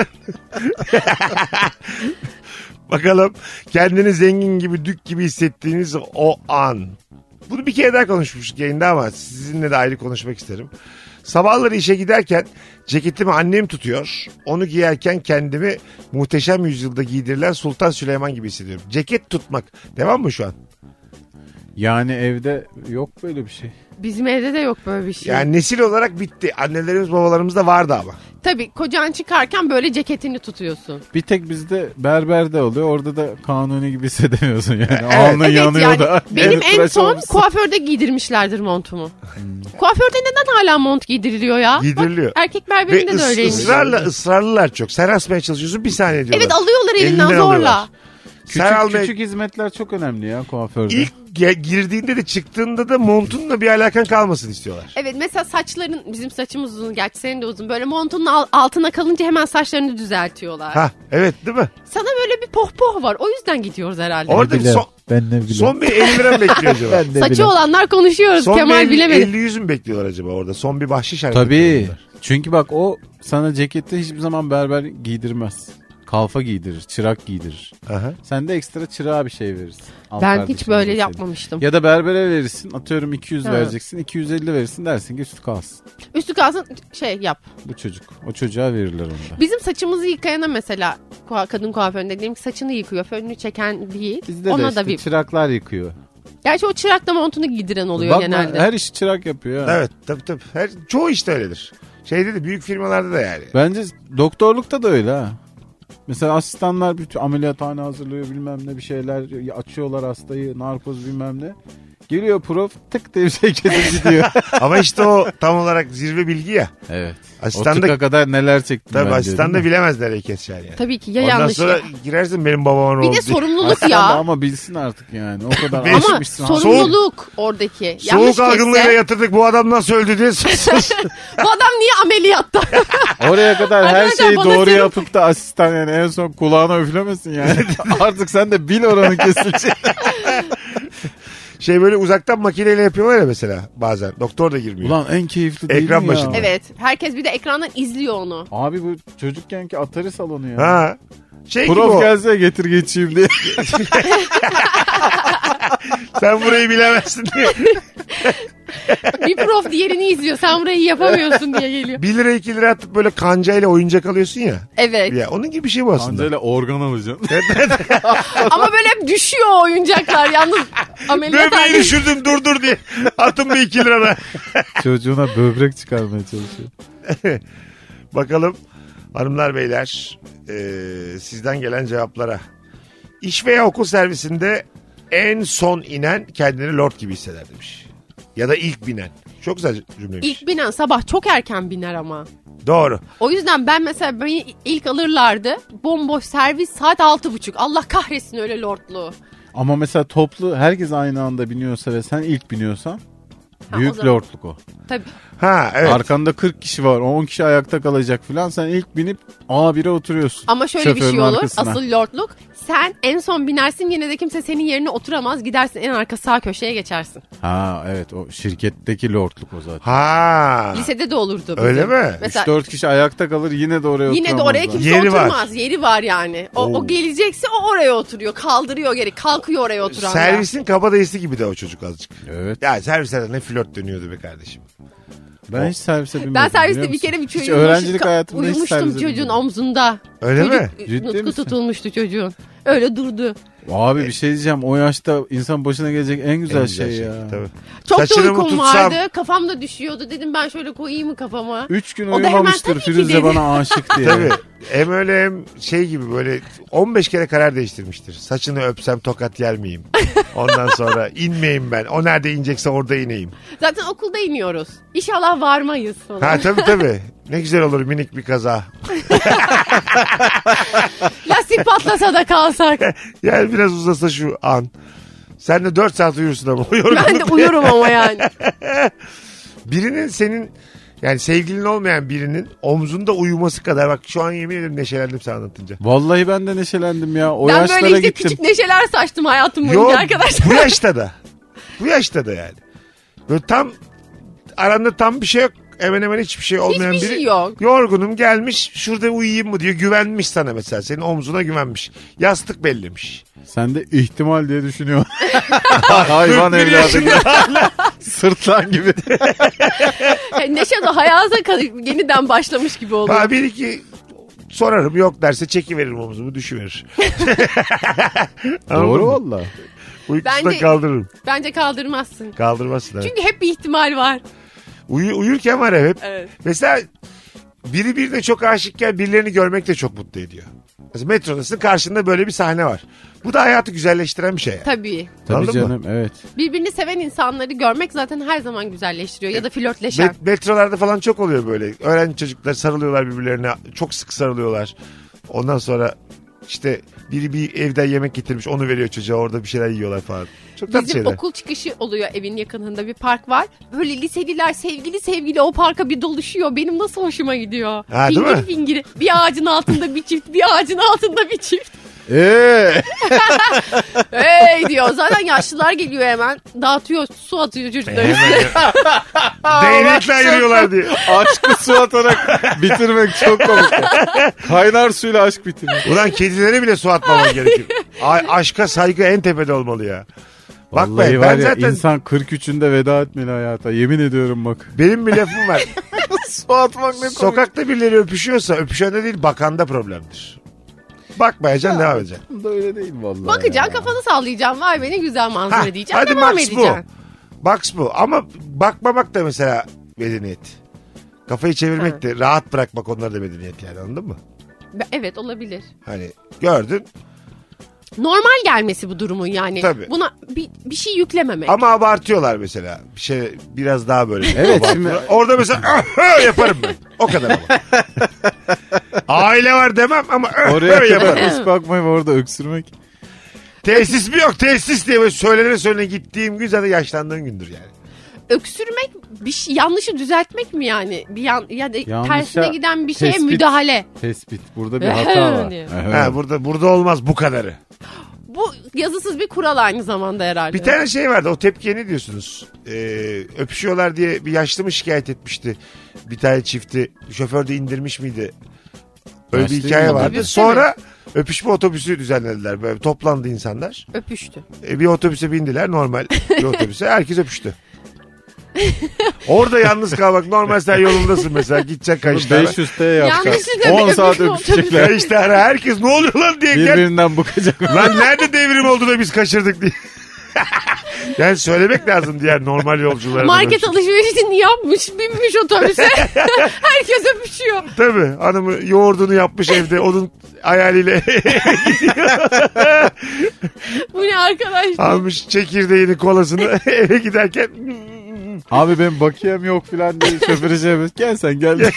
Bakalım kendini zengin gibi dük gibi hissettiğiniz o an. Bunu bir kere daha konuşmuştuk yayında ama sizinle de ayrı konuşmak isterim. Sabahları işe giderken ceketimi annem tutuyor. Onu giyerken kendimi Muhteşem Yüzyılda giydirilen Sultan Süleyman gibi hissediyorum. Ceket tutmak. Devam mı şu an? Yani evde yok böyle bir şey. Bizim evde de yok böyle bir şey. Yani nesil olarak bitti. Annelerimiz babalarımızda vardı ama. Tabii kocan çıkarken böyle ceketini tutuyorsun. Bir tek bizde berberde oluyor. Orada da kanuni gibi hissedemiyorsun yani. Evet. Alnın Evet yanıyor yani da. benim Evet, en tıraş son olmuşsun. kuaförde giydirmişlerdir montumu. Kuaförde neden hala mont giydiriliyor ya? Giydiriliyor. Bak, erkek Ve berberinde de ıs- öyleymiş. ısrarla ısrarlılar çok. Sen asmaya çalışıyorsun bir saniye diyorlar. Evet alıyorlar elinden Elinden zorla. alıyorlar. Küçük, Sen almaya- küçük hizmetler çok önemli ya kuaförde. İlk ge- girdiğinde de çıktığında da montunla bir alakan kalmasın istiyorlar. Evet mesela saçların bizim saçımız uzun gerçi senin de uzun. Böyle montunun al- altına kalınca hemen saçlarını düzeltiyorlar. Ha evet değil mi? Sana böyle bir pohpoh var. O yüzden gidiyoruz herhalde. Orada bir son, Ben ne bileyim. son bir elli lira mı bekliyor acaba? Ben de Saçı bileyim. olanlar konuşuyoruz. Son Kemal bir elli, bilemedi. elli yüz mü bekliyorlar acaba orada? Son bir bahşiş hareketi. Tabii. yapıyorlar. Çünkü bak o sana cekette hiçbir zaman berber giydirmez. Kalfa giydirir, çırak giydirir. Aha. Sen de ekstra çırağa bir şey verirsin. Al Ben kardeşim hiç böyle deseydin. yapmamıştım. Ya da berbere verirsin. Atıyorum iki yüz Ha. vereceksin. iki yüz elli verirsin dersin ki üstü kalsın. Üstü kalsın şey yap. Bu çocuk. O çocuğa verirler onu da. Bizim saçımızı yıkayana mesela kua- kadın kuaföründe diyelim ki saçını yıkıyor. Fönünü çeken değil. Bizde Ona de işte da bir. çıraklar yıkıyor. Gerçi o çırakla montunu giydiren oluyor Bakma, genelde. her işi çırak yapıyor. ha. Evet tabii tabii. Her, çoğu işte öyledir. Şeyde de büyük firmalarda da yani. Bence doktorlukta da öyle ha. Mesela asistanlar bütün ameliyathane hazırlıyor bilmem ne bir şeyler açıyorlar hastayı narkoz bilmem ne. Geliyor prof tık diye bir şey kesip gidiyor. Ama işte o tam olarak zirve bilgi ya. Evet. Asistan o da- tıka kadar neler çektim Tabii bence, asistan da değil mi? bilemez nereye keseceksin yani. Tabii ki ya Ondan yanlış sonra ya. girersin benim babama ne Bir oldu de diye. sorumluluk Asistan da ya. ama bilsin artık yani. O kadar Ama Ama alışmışsın. sorumluluk oradaki. Soğuk Yanlış algınlığıyla kesse. yatırdık bu adam nasıl öldü diye sus. Bu adam niye ameliyatta? Oraya kadar her Arkadaşlar şeyi bana doğru serum- yapıp da asistan yani en son kulağına üflemesin yani. Artık sen de bil oranı kesilecek. Şey böyle uzaktan makineyle yapıyorlar ya mesela bazen. Doktor da girmiyor. Ulan en keyifli değil Ekran mi ya? başında. Evet. Herkes bir de ekrandan izliyor onu. Abi bu çocukkenki Atari salonu ya. Ha. Şey gibi Prof o. gelse getir geçeyim diye. Sen burayı bilemezsin diye. Bir prof diğerini izliyor. Sen burayı yapamıyorsun diye geliyor. bir lira iki lira atıp böyle kancayla oyuncak alıyorsun ya. Evet. Ya onun gibi bir şey bu aslında. Ancayla organ alacaksın. Ama böyle hep düşüyor o oyuncaklar. Yalnız ameliyat Böbreği halinde. düşürdüm dur dur diye. Atın bir iki lira da. Çocuğuna böbrek çıkarmaya çalışıyor. Bakalım hanımlar beyler e, sizden gelen cevaplara. İş veya okul servisinde en son inen kendini lord gibi hisseder demiş. Ya da ilk binen. Çok güzel cümleymiş. İlk binen sabah çok erken biner ama. Doğru. O yüzden ben mesela beni ilk alırlardı. Bomboş servis saat altı buçuk. Allah kahretsin öyle lordluğu. Ama mesela toplu herkes aynı anda biniyorsa ve sen ilk biniyorsan Ha, büyük o zaman- lordluk o. Tabii. Ha evet. Arkanda kırk kişi var on kişi ayakta kalacak falan sen ilk binip A bire oturuyorsun. Ama şöyle bir Şoförün şey olur. arkasına. Asıl lordluk. Sen en son binersin yine de kimse senin yerine oturamaz. Gidersin en arka sağ köşeye geçersin. Ha evet o şirketteki lordluk o zaten. Ha. Lisede de olurdu. bizim. Öyle mi? Mesela üç dört kişi ayakta kalır yine de oraya yine de oraya oturamazlar. kimse Yeri var. oturmaz. Yeri var yani. O, Oo. o gelecekse o oraya oturuyor. Kaldırıyor geri. Kalkıyor oraya oturan. Servisin kabadayısı gibi de o çocuk azıcık. Evet. Ya servislerde ne flört dönüyordu be kardeşim. Ben hiç servise binmedim. Ben serviste biliyor bir kere bir musun? çocuğun Hiç öğrencilik ka- hayatımda hiç uyumuştum servise çocuğun binmedim. omzunda. Öyle Çocuk, mi? Ciddi nutku misin? tutulmuştu çocuğun. Öyle durdu. Abi bir şey diyeceğim o yaşta insan başına gelecek en güzel, En güzel şey, ya. Tabii. Çok Saçını da mı uykum tutsam? vardı. Kafam da düşüyordu. Dedim ben şöyle koyayım mı kafama? Üç gün O da hemen uyumamıştır tabii ki Firuze dedi. bana aşık diye. Tabii. Hem öyle hem şey gibi böyle on beş kere karar değiştirmiştir. Saçını öpsem tokat yer miyim? Ondan sonra inmeyeyim ben. O nerede inecekse orada ineyim. Zaten okulda iniyoruz. İnşallah varmayız falan. Ha tabii tabii. Ne güzel olur minik bir kaza. Lastik patlasa da kalsak. Yani biraz uzasa şu an. Sen de dört saat uyursun ama. Ben de uyurum ama yani. Birinin senin yani sevgilin olmayan birinin omzunda uyuması kadar, bak şu an yemin ederim neşelendim sen anlatınca. Vallahi ben de neşelendim ya. O Ben yaşlara böyle işte gittim. küçük neşeler saçtım hayatım boyunca Yok arkadaşlar. bu yaşta da. Bu yaşta da yani. Böyle tam aranda tam bir şey yok. Hemen hemen hiçbir şey olmayan Hiçbir biri. şey yok. Yorgunum gelmiş şurada uyuyayım mı diyor. Güvenmiş sana mesela. Senin omzuna güvenmiş. Yastık bellemiş. Sen de ihtimal diye düşünüyorsun. Hayvan kırk bir evladı. yaşında hala. Sırtlan gibi. Yani neşe de hayata kadar yeniden başlamış gibi oluyor. Ha, bir iki sorarım, yok derse çekiveririm omzumu, düşüverir. Doğru valla. Uykusunda Bence- kaldırırım. Bence kaldırmazsın. Kaldırmazsın. Evet. Çünkü hep bir ihtimal var. Uyu, uyurken var ya hep. Evet. Mesela biri birine çok aşıkken birilerini görmek de çok mutlu ediyor. Mesela metrodasın, karşında böyle bir sahne var. Bu da hayatı güzelleştiren bir şey. Yani. Tabii. Tabii Anladın canım evet. Birbirini seven insanları görmek zaten her zaman güzelleştiriyor. Ya da flörtleşen. Met- metrolarda falan çok oluyor böyle. Öğrenci çocuklar sarılıyorlar birbirlerine. Çok sık sarılıyorlar. Ondan sonra işte biri bir evden yemek getirmiş, onu veriyor çocuğa, orada bir şeyler yiyorlar falan. Çok tatlı Bizim şeyler. okul çıkışı oluyor, evin yakınında bir park var. Böyle liseliler sevgili sevgili o parka bir doluşuyor. Benim nasıl hoşuma gidiyor. Ha, değil fingiri mi? fingiri. Bir ağacın altında bir çift, bir ağacın altında bir çift. Eee. Hey diyor. Zaten yaşlılar geliyor hemen. Dağıtıyor, su atıyor çocuklar Hemen üstüne. değnekle ayırıyorlar diye. Aşkı su atarak bitirmek çok komik. Kaynar suyla aşk bitirmek. Ulan kedilere bile su atmaman gerekir. A- aşka saygı en tepede olmalı ya. Bak Vallahi be, var ben ya, zaten insan kırk üçünde veda etmeli hayata. Yemin ediyorum bak. benim bir lafım var. Su atmak ne komik. Sokakta birileri öpüşüyorsa öpüşende değil bakanda problemdir. Bakmayacaksın, devam edeceksin. Da öyle değil vallahi. Bakacaksın, ya. kafanı sallayacaksın. Vay be ne güzel manzara Ha, diyeceksin. hadi Devam max edeceksin. bu. Max bu. Ama bakmamak da mesela medeniyet. Kafayı çevirmek Ha. de, rahat bırakmak, onlar da medeniyet yani, anladın mı? Evet, olabilir. Hani gördün Normal gelmesi bu durumun yani. Tabii. Buna bir, bir şey yüklememek. ama abartıyorlar mesela. Bir şey biraz daha böyle. Evet, abartıyorlar. şimdi- Orada mesela "Ah, yaparım ben. O kadar ama. Aile var demem ama "Ah, Oraya yaparım. kadar hiç bakmayayım, orada öksürmek. Tesis mi yok tesis diye böyle söylene söylene gittiğim gün zaten yaşlandığın gündür yani. Öksürmek bir şey, yanlışı düzeltmek mi yani? Bir yan, ya da Yanlışa tersine giden bir şeye tespit. müdahale. Tespit. Burada bir hata var. diyor. Evet. Ha, burada burada olmaz bu kadarı. Bu yazısız bir kural aynı zamanda herhalde. Bir tane şey vardı, o tepkiye ne diyorsunuz? Ee, öpüşüyorlar diye bir yaşlı mı şikayet etmişti? Bir tane çifti şoför de indirmiş miydi? Öyle bir Yaşlı hikaye mı? vardı. Otobüste Sonra öpüşme otobüsü düzenlediler. Böyle toplandı insanlar. Öpüştü. E, bir otobüse bindiler, normal bir otobüse. Herkes öpüştü. Orada yalnız kalmak normal, sen yolundasın mesela, gidecek kaçta. beş yüz T yapacak. Yanlışlıkla bir on saat öpüşme öpüşecekler. işte herkes ne oluyor lan diye gel. Birbirinden bıkacak. Lan nerede devrim oldu da biz kaçırdık diye. Yani söylemek lazım diğer normal yolculara. Market alışverişini yapmış, binmiş otobüse. Herkes öpüşüyor. Tabii, hanımı yoğurdunu yapmış evde, onun hayaliyle Bu ne arkadaş? almış çekirdeğini, kolasını eve giderken Abi benim bakiyem yok filan diye şoförü şey yapıyor. Gel sen gel.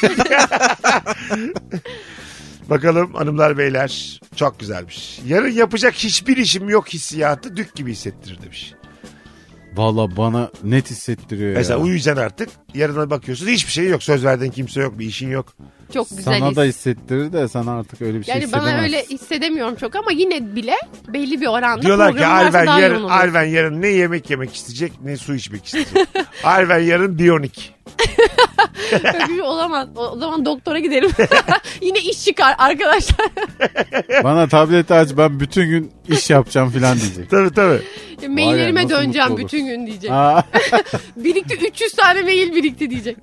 bakalım hanımlar beyler, çok güzelmiş. Yarın yapacak hiçbir işim yok hissiyatı dük gibi hissettirir demiş. Valla bana net hissettiriyor Mesela ya. uyuyacaksın artık, yarına bakıyorsun hiçbir şey yok, söz verdiğin kimse yok, bir işin yok. Çok güzel Sana his. da hissettirir de sana artık öyle bir şey Yani bana hissedemezsin. öyle hissedemiyorum çok ama yine bile belli bir oranda Diyorlar ki programı varsa Arven daha yarın, yoğun olur. Arven yarın ne yemek yemek isteyecek ne su içmek isteyecek. Arven yarın biyonik. Öyle bir şey olamaz. O o zaman doktora gidelim. Yine iş çıkar arkadaşlar. Bana tableti aç, ben bütün gün iş yapacağım filan diyecek. Tabii tabii. Maillerime nasıl döneceğim mutlu bütün gün diyecek. Aa, Birikti üç yüz tane mail birikti diyecek.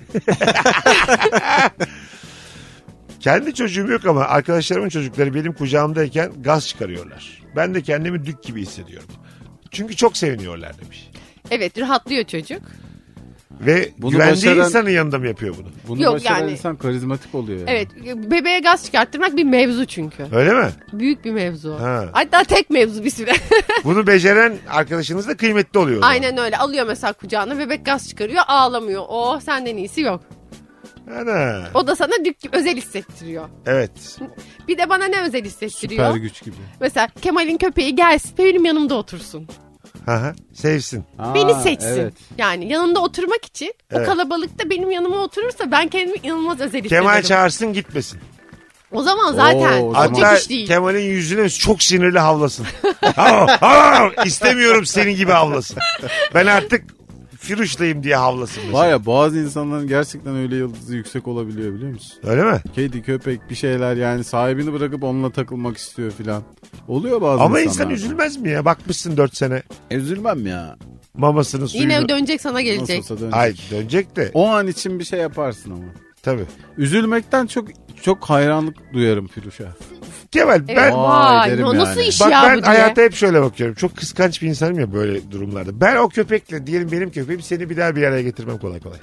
Kendi çocuğum yok ama arkadaşlarımın çocukları benim kucağımdayken gaz çıkarıyorlar. Ben de kendimi dük gibi hissediyorum. Çünkü çok seviniyorlar demiş. Evet, rahatlıyor çocuk. Ve Bunu güvendiği başaran- insanın yanında mı yapıyor bunu? Bunu Yok başaran yani. insan karizmatik oluyor. Yani. Evet, bebeğe gaz çıkarttırmak bir mevzu çünkü. Öyle mi? Büyük bir mevzu. Ha. Hatta tek mevzu bir süre. Bunu beceren arkadaşınız da kıymetli oluyor. o zaman. Aynen öyle. Alıyor mesela kucağına, bebek gaz çıkarıyor, ağlamıyor. Oh, senden iyisi yok. Ana. O da sana dük gibi özel hissettiriyor. Evet. Bir de bana ne özel hissettiriyor? Süper güç gibi. Mesela Kemal'in köpeği gelsin benim yanımda otursun. Aha, sevsin. Aa, Beni seçsin. Evet. Yani yanında oturmak için Evet. o kalabalıkta benim yanıma oturursa ben kendimi inanılmaz özel hissederim. Kemal çağırsın gitmesin. O zaman zaten Oo, o olacak Hatta iş değil. Kemal'in yüzüne çok sinirli havlasın. Hav, hav, istemiyorum senin gibi havlasın. Ben artık Firuş'tayım diye havlasın. mesela. Var ya bazı insanların gerçekten öyle yıldızı yüksek olabiliyor biliyor musun? Öyle mi? Kedi, köpek bir şeyler yani sahibini bırakıp onunla takılmak istiyor filan. Oluyor bazı Ama insanlar. insan üzülmez mi ya? Bakmışsın dört sene E, üzülmem ya. mamasını suyunu. Yine dönecek sana gelecek. Nasıl olsa dönecek. Ay dönecek de. O an için bir şey yaparsın ama. Tabii. Üzülmekten çok çok hayranlık duyarım Firuş'a. Kemal Evet, ben... Vay vay derim no- nasıl yani. iş Bak ya ben bu diye. hayata hep şöyle bakıyorum. Çok kıskanç bir insanım ya böyle durumlarda. Ben o köpekle diyelim benim köpeğim seni bir daha bir araya getirmem kolay kolay.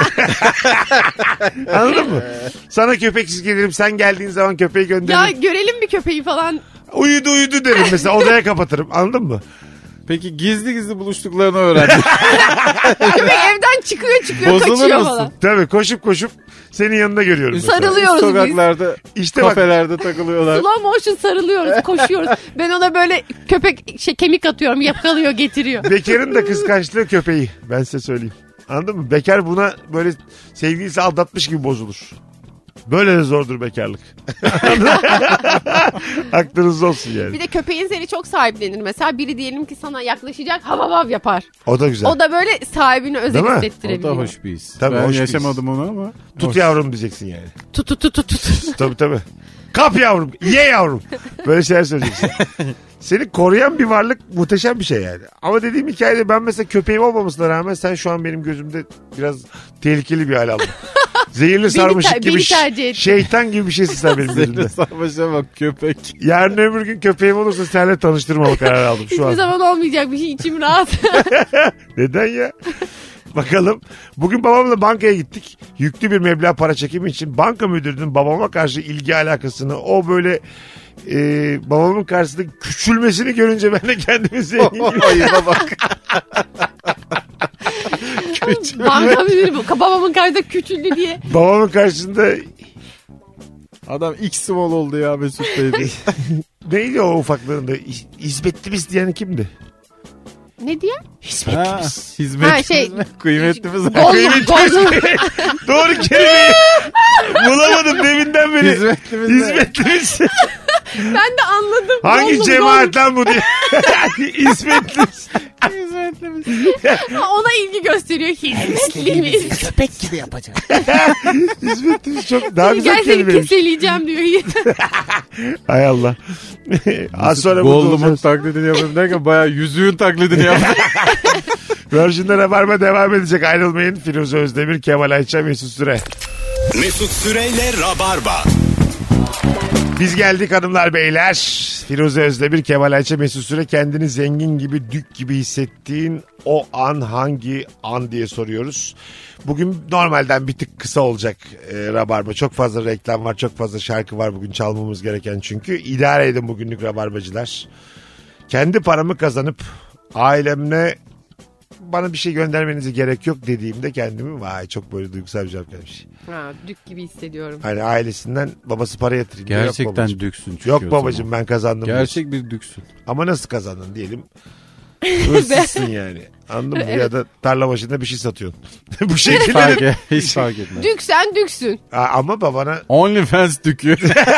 Anladın mı? Sana köpeksiz gelirim sen geldiğin zaman köpeği Ya gönderirim. görelim bir köpeği falan. Uyudu uyudu derim mesela odaya kapatırım anladın mı? Peki gizli gizli buluştuklarını öğrendim. Köpek evden çıkıyor çıkıyor Bozulur kaçıyor musun? falan. Tabii koşup koşup senin yanında görüyorum. mesela. Sarılıyoruz biz. Sokaklarda, İşte bak kafelerde takılıyorlar. Slow motion sarılıyoruz, koşuyoruz. Ben ona böyle köpek şey, kemik atıyorum, yakalıyor, getiriyor. Bekarın da kıskançlığı köpeği. Ben size söyleyeyim. Anladın mı? Bekar buna böyle sevgilisi aldatmış gibi bozulur. Böyle de zordur bekarlık. Aklınızda olsun yani. Bir de köpeğin seni çok sahiplenir. Mesela biri diyelim ki sana yaklaşacak, hav hav hav yapar. O da güzel. O da böyle sahibine özel Değil mi? O hissettirebiliyor. da hoş bir his. Tabii, ben hoş bir yaşamadım onu ama. Tut hoş. yavrum diyeceksin yani. Tut tut tut tut tut. Tabii tabii. Kap yavrum. Ye yavrum. Böyle şeyler söyleyeceksin. Seni koruyan bir varlık muhteşem bir şey yani. Ama dediğim hikayede ben mesela köpeğim olmamasına rağmen sen şu an benim gözümde biraz tehlikeli bir hal aldın. Zehirli sarmaşık ter- gibi beni tercih et. şeytan gibi bir şeysin sen benim gözümde. Zehirli sarmaşa bak köpek. Yarın öbür gün köpeğim olursa seninle tanıştırmama kararı aldım şu Hiçbir an. zaman olmayacak bir şey, içim rahat. Neden ya? Bakalım. Bugün babamla bankaya gittik. Yüklü bir meblağ para çekimi için banka müdürünün babama karşı ilgi alakasını o böyle e, babamın karşısında küçülmesini görünce ben de kendimi zengin gibi. Ayıba bak. Banka müdürü bu. Babamın karşısında küçüldü diye. Babamın karşısında Adam X small oldu ya Mesut Bey'de. neydi o ufaklığında? İz- İzmetlimiz diyen kimdi? Ne diye? ha, İzmetlimiz. hizmet. Ha, şey- Kıymetlimiz. Gollum, Gollum. Doğru kelimeyi bulamadım deminden beri. Hizmetlimiz. İzmetlimiz. Ben de anladım. Hangi Gollum, cemaat lan bu diye. İzmetlimiz. Hizmetlimiz. Gollum. Ona ilgi gösteriyor. Hizmetlimiz. Köpek gibi yapacak. İzmetlimiz çok daha güzel Gel seni kelimeymiş. keseleyeceğim diyor. Hay Allah. Az sonra burada Gollum'un olacağız. taklidini yapayım derken bayağı yüzüğün taklidini yaptı. Virgin'de Rabarba devam edecek. Ayrılmayın. Firuze Özdemir, Kemal Ayça, Mesut Süre. Mesut Süreyle Rabarba. Biz geldik hanımlar beyler. Firuze Özdemir, Kemal Ayça, Mesut Süre. Kendini zengin gibi, dük gibi hissettiğin o an hangi an diye soruyoruz. Bugün normalden bir tık kısa olacak e, Rabarba. Çok fazla reklam var, çok fazla şarkı var bugün çalmamız gereken çünkü. İdare edin bugünlük Rabarbacılar. Kendi paramı kazanıp ailemle bana bir şey göndermenize gerek yok dediğimde kendimi vay çok böyle duygusal bir cevap gelmiş. Ha, dük gibi hissediyorum. Hani ailesinden babası para yatırayım. diyor. Yok Gerçekten babacığım. düksün çünkü Yok o babacığım zaman. ben kazandım. Gerçek bir düksün. Ama nasıl kazandın diyelim. Hırsızsın yani. Anladın mı? Ya da tarla başında bir şey satıyorsun. Bu şekilde. Fark de- et, hiç fark etmez. Dük sen düksün. Aa, ama babana OnlyFans dükü.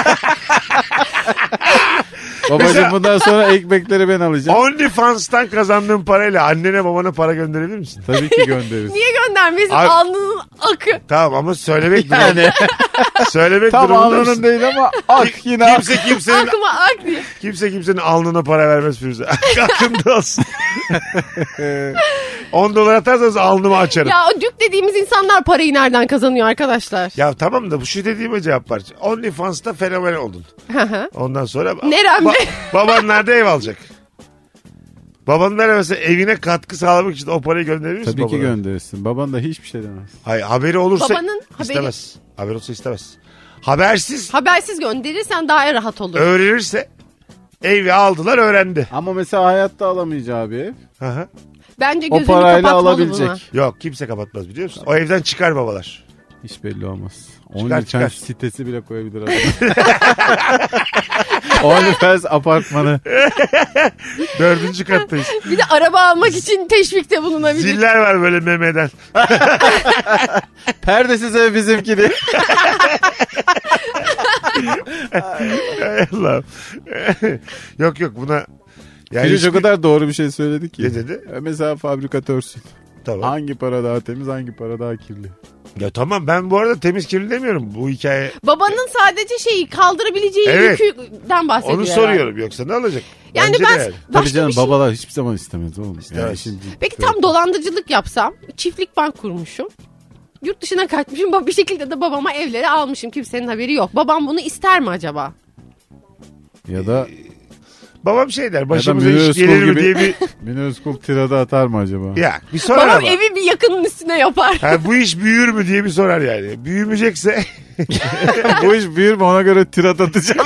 Babacım Mesela- bundan sonra ekmekleri ben alacağım. OnlyFans'tan kazandığın parayla annene babana para gönderebilir misin? Tabii ki göndeririz. Niye göndermesin? Abi- Alnının akı. Tamam ama söylemek Yani durumunda. Söylemek tam durumunda alnının mısın? değil ama ak yine ak. Kimse kimsenin Akıma ak diye. kimse kimsenin alnına para vermez Firuze. Aklında olsun. on dolar atarsanız alnımı açarım. Ya. Ya o dük dediğimiz insanlar parayı nereden kazanıyor arkadaşlar? Tamam da bu şu dediğime cevap var. OnlyFans'ta fenomen oldun. Hı hı. Ondan sonra Nerem mi? baban nerede ev alacak? Babanlara mesela evine katkı sağlamak için o parayı gönderir misin? Tabii ki babana? gönderirsin. Baban da hiçbir şey demez. Hayır, haberi olursa Babanın haberi- istemez. Haber olsa istemez. Habersiz Habersiz gönderirsen daha rahat olur. öğrenirse evi aldılar, öğrendi. Ama mesela hayatta alamayacağı bir ev. Hı hı. Bence O gözünü parayla kapatmalı alabilecek. buna. Yok, kimse kapatmaz biliyor musun? O evden çıkar babalar. Hiç belli olmaz. Çıkar, OnlyFans çıkar. sitesi bile koyabilir adam. OnlyFans apartmanı. Dördüncü kattayız. Bir de araba almak için teşvikte bulunabilir. Ziller var böyle memeden. Perdesiz ev bizimkini. Hay Allah'ım. Yok yok buna. Yani Filiz o hiçbir- kadar doğru bir şey söyledi ki. Ne dedi? E Mesela fabrikatörsün. Tamam. Hangi para daha temiz, hangi para daha kirli? Ya tamam, ben bu arada temiz kirli demiyorum bu hikaye. Babanın sadece şeyi kaldırabileceği Evet. yüküden bahsediyor. Onu herhalde. soruyorum, yoksa ne olacak? Yani Bence ben de yani. Tabii başka canım bir şey... babalar hiçbir zaman istemez oğlum. İstemez. Yani şimdi Peki tam dolandırıcılık yapsam, çiftlik bank kurmuşum. Yurt dışına kaçmışım. Bir şekilde de babama evleri almışım. Kimsenin haberi yok. Babam bunu ister mi acaba? Ya da Babam şey der, başımıza Münir iş Özkul gelir mi gibi- diye bir Münir Özkul tirada atar mı acaba? ya bir sorar Babam ama. evi bir yakının üstüne yapar. Ha, bu iş büyür mü diye bir sorar yani. Büyümeyecekse Bu iş büyür mü ona göre tirat atacağım.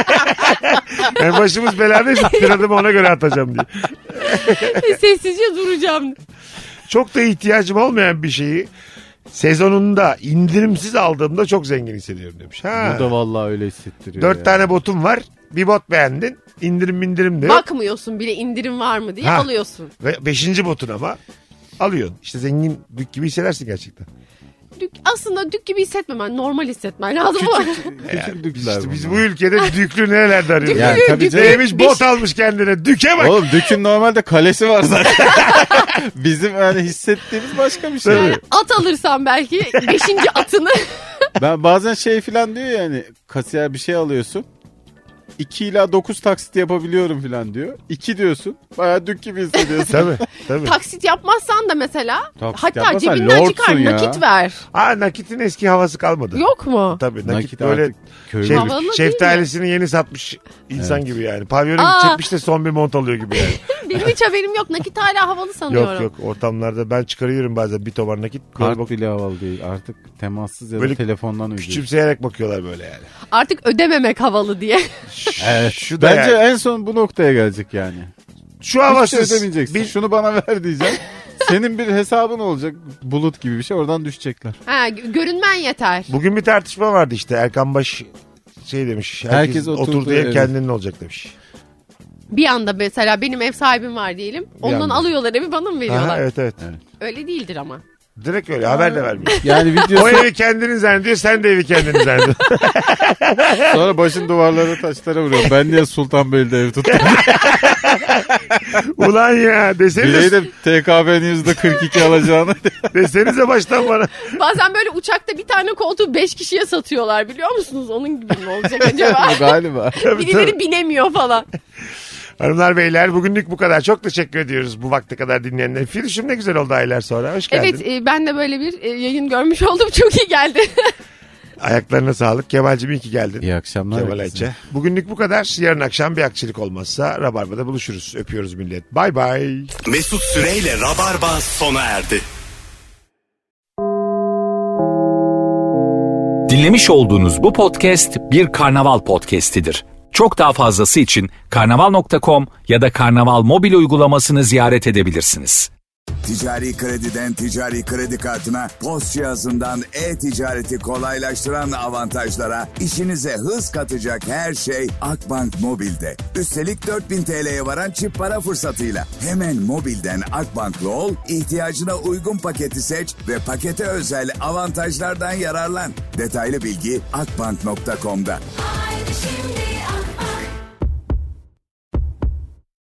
yani başımız beladaysa tiradımı ona göre atacağım diye. Sessizce duracağım. Çok da ihtiyacım olmayan bir şeyi sezonunda indirimsiz aldığımda çok zengin hissediyorum demiş. Ha. Bu da vallahi öyle hissettiriyor. Dört ya. tane botum var. Bir bot beğendin. İndirim indirim de yok. Bakmıyorsun bile indirim var mı diye Ha. alıyorsun. Ve beşinci botun ama alıyorsun. İşte zengin dük gibi hissedersin gerçekten. Dük, aslında dük gibi hissetmemen, normal hissetmen lazım ama. Küçük dükler İşte biz bunlar. bu ülkede düklü nerelerde arıyoruz? Yani tabii canım. Neymiş, bot almış kendine. Düke bak. Oğlum dükün normalde kalesi var zaten. Bizim yani hissettiğimiz başka bir şey. Tabii. At alırsan belki beşinci atını. Ben bazen şey falan diyor yani kasiyer bir şey alıyorsun. iki ila dokuz taksit yapabiliyorum falan diyor. iki diyorsun. Bayağı dük gibi hissediyorsun. Tabii tabii. Taksit yapmazsan da mesela Taksit hatta yapmazsan cebinden lordsun çıkar ya. nakit ver. Aa, nakitin eski havası kalmadı. Yok mu? Tabii nakit, Nakit böyle artık köylü. şey, Havalı değil şeftalisini yeni satmış insan gibi yani. Pavyonu Aa. çekmiş de son bir mont alıyor gibi yani. Benim hiç haberim yok. Nakit hala havalı sanıyorum. Yok yok, ortamlarda ben çıkarıyorum bazen bir tovar nakit. Böyle Kart bak, bile havalı değil. Artık temassız ya da Böyle telefondan ödüyorsun. küçümseyerek bakıyorlar böyle yani. Artık ödememek havalı diye. Evet. Şu da Bence yani. en son bu noktaya gelecek yani. Şu Hiçbir şey havasız. ödemeyeceksin. Bir, Şunu bana ver diyeceğim. Senin bir hesabın olacak. Bulut gibi bir şey. Oradan düşecekler. Ha, gö- görünmen yeter. bugün bir tartışma vardı işte. Erkan Baş şey demiş. Herkes, Herkes oturduğu oturduğu ev ev. kendinin olacak demiş. Bir anda mesela benim ev sahibim var diyelim. Ondan anda. alıyorlar evi, bana mı veriyorlar? Aha, evet evet. Öyle değildir ama. Direkt öyle, haber de vermiyor. Yani O videosu evi kendinin zannediyor, sen de evi kendinin zannediyorsun. sonra başın duvarlara taşlara vuruyor. Ben niye Sultanbeyli'de ev tuttum? Ulan ya desenize, Bileydim T K B'nin yüzde kırk iki alacağını. desenize baştan bana. Bazen böyle uçakta bir tane koltuğu beş kişiye satıyorlar, biliyor musunuz? Onun gibi mi olacak acaba? Galiba. Birileri binemiyor falan. Hanımlar beyler, bugünlük bu kadar. Çok teşekkür ediyoruz bu vakte kadar dinleyenler. Filişim ne güzel oldu aylar sonra. Hoş geldin. Evet, e, ben de böyle bir e, yayın görmüş oldum. Çok iyi geldi. Ayaklarına sağlık. Kemal'cim iyi ki geldin. İyi akşamlar. Kemal herkese. Ayça. Bugünlük bu kadar. Yarın akşam bir aksilik olmazsa Rabarba'da buluşuruz. Öpüyoruz millet. Bay bay. Mesut Süreyle Rabarba sona erdi. Dinlemiş olduğunuz bu podcast bir karnaval podcastidir. Çok daha fazlası için karnaval nokta com ya da karnaval mobil uygulamasını ziyaret edebilirsiniz. Ticari krediden ticari kredi kartına, post cihazından e-ticareti kolaylaştıran avantajlara, işinize hız katacak her şey Akbank Mobil'de. Üstelik dört bin T L'ye varan çift para fırsatıyla. Hemen mobilden Akbank'lı ol, ihtiyacına uygun paketi seç ve pakete özel avantajlardan yararlan. Detaylı bilgi akbank nokta com'da. Haydi şimdi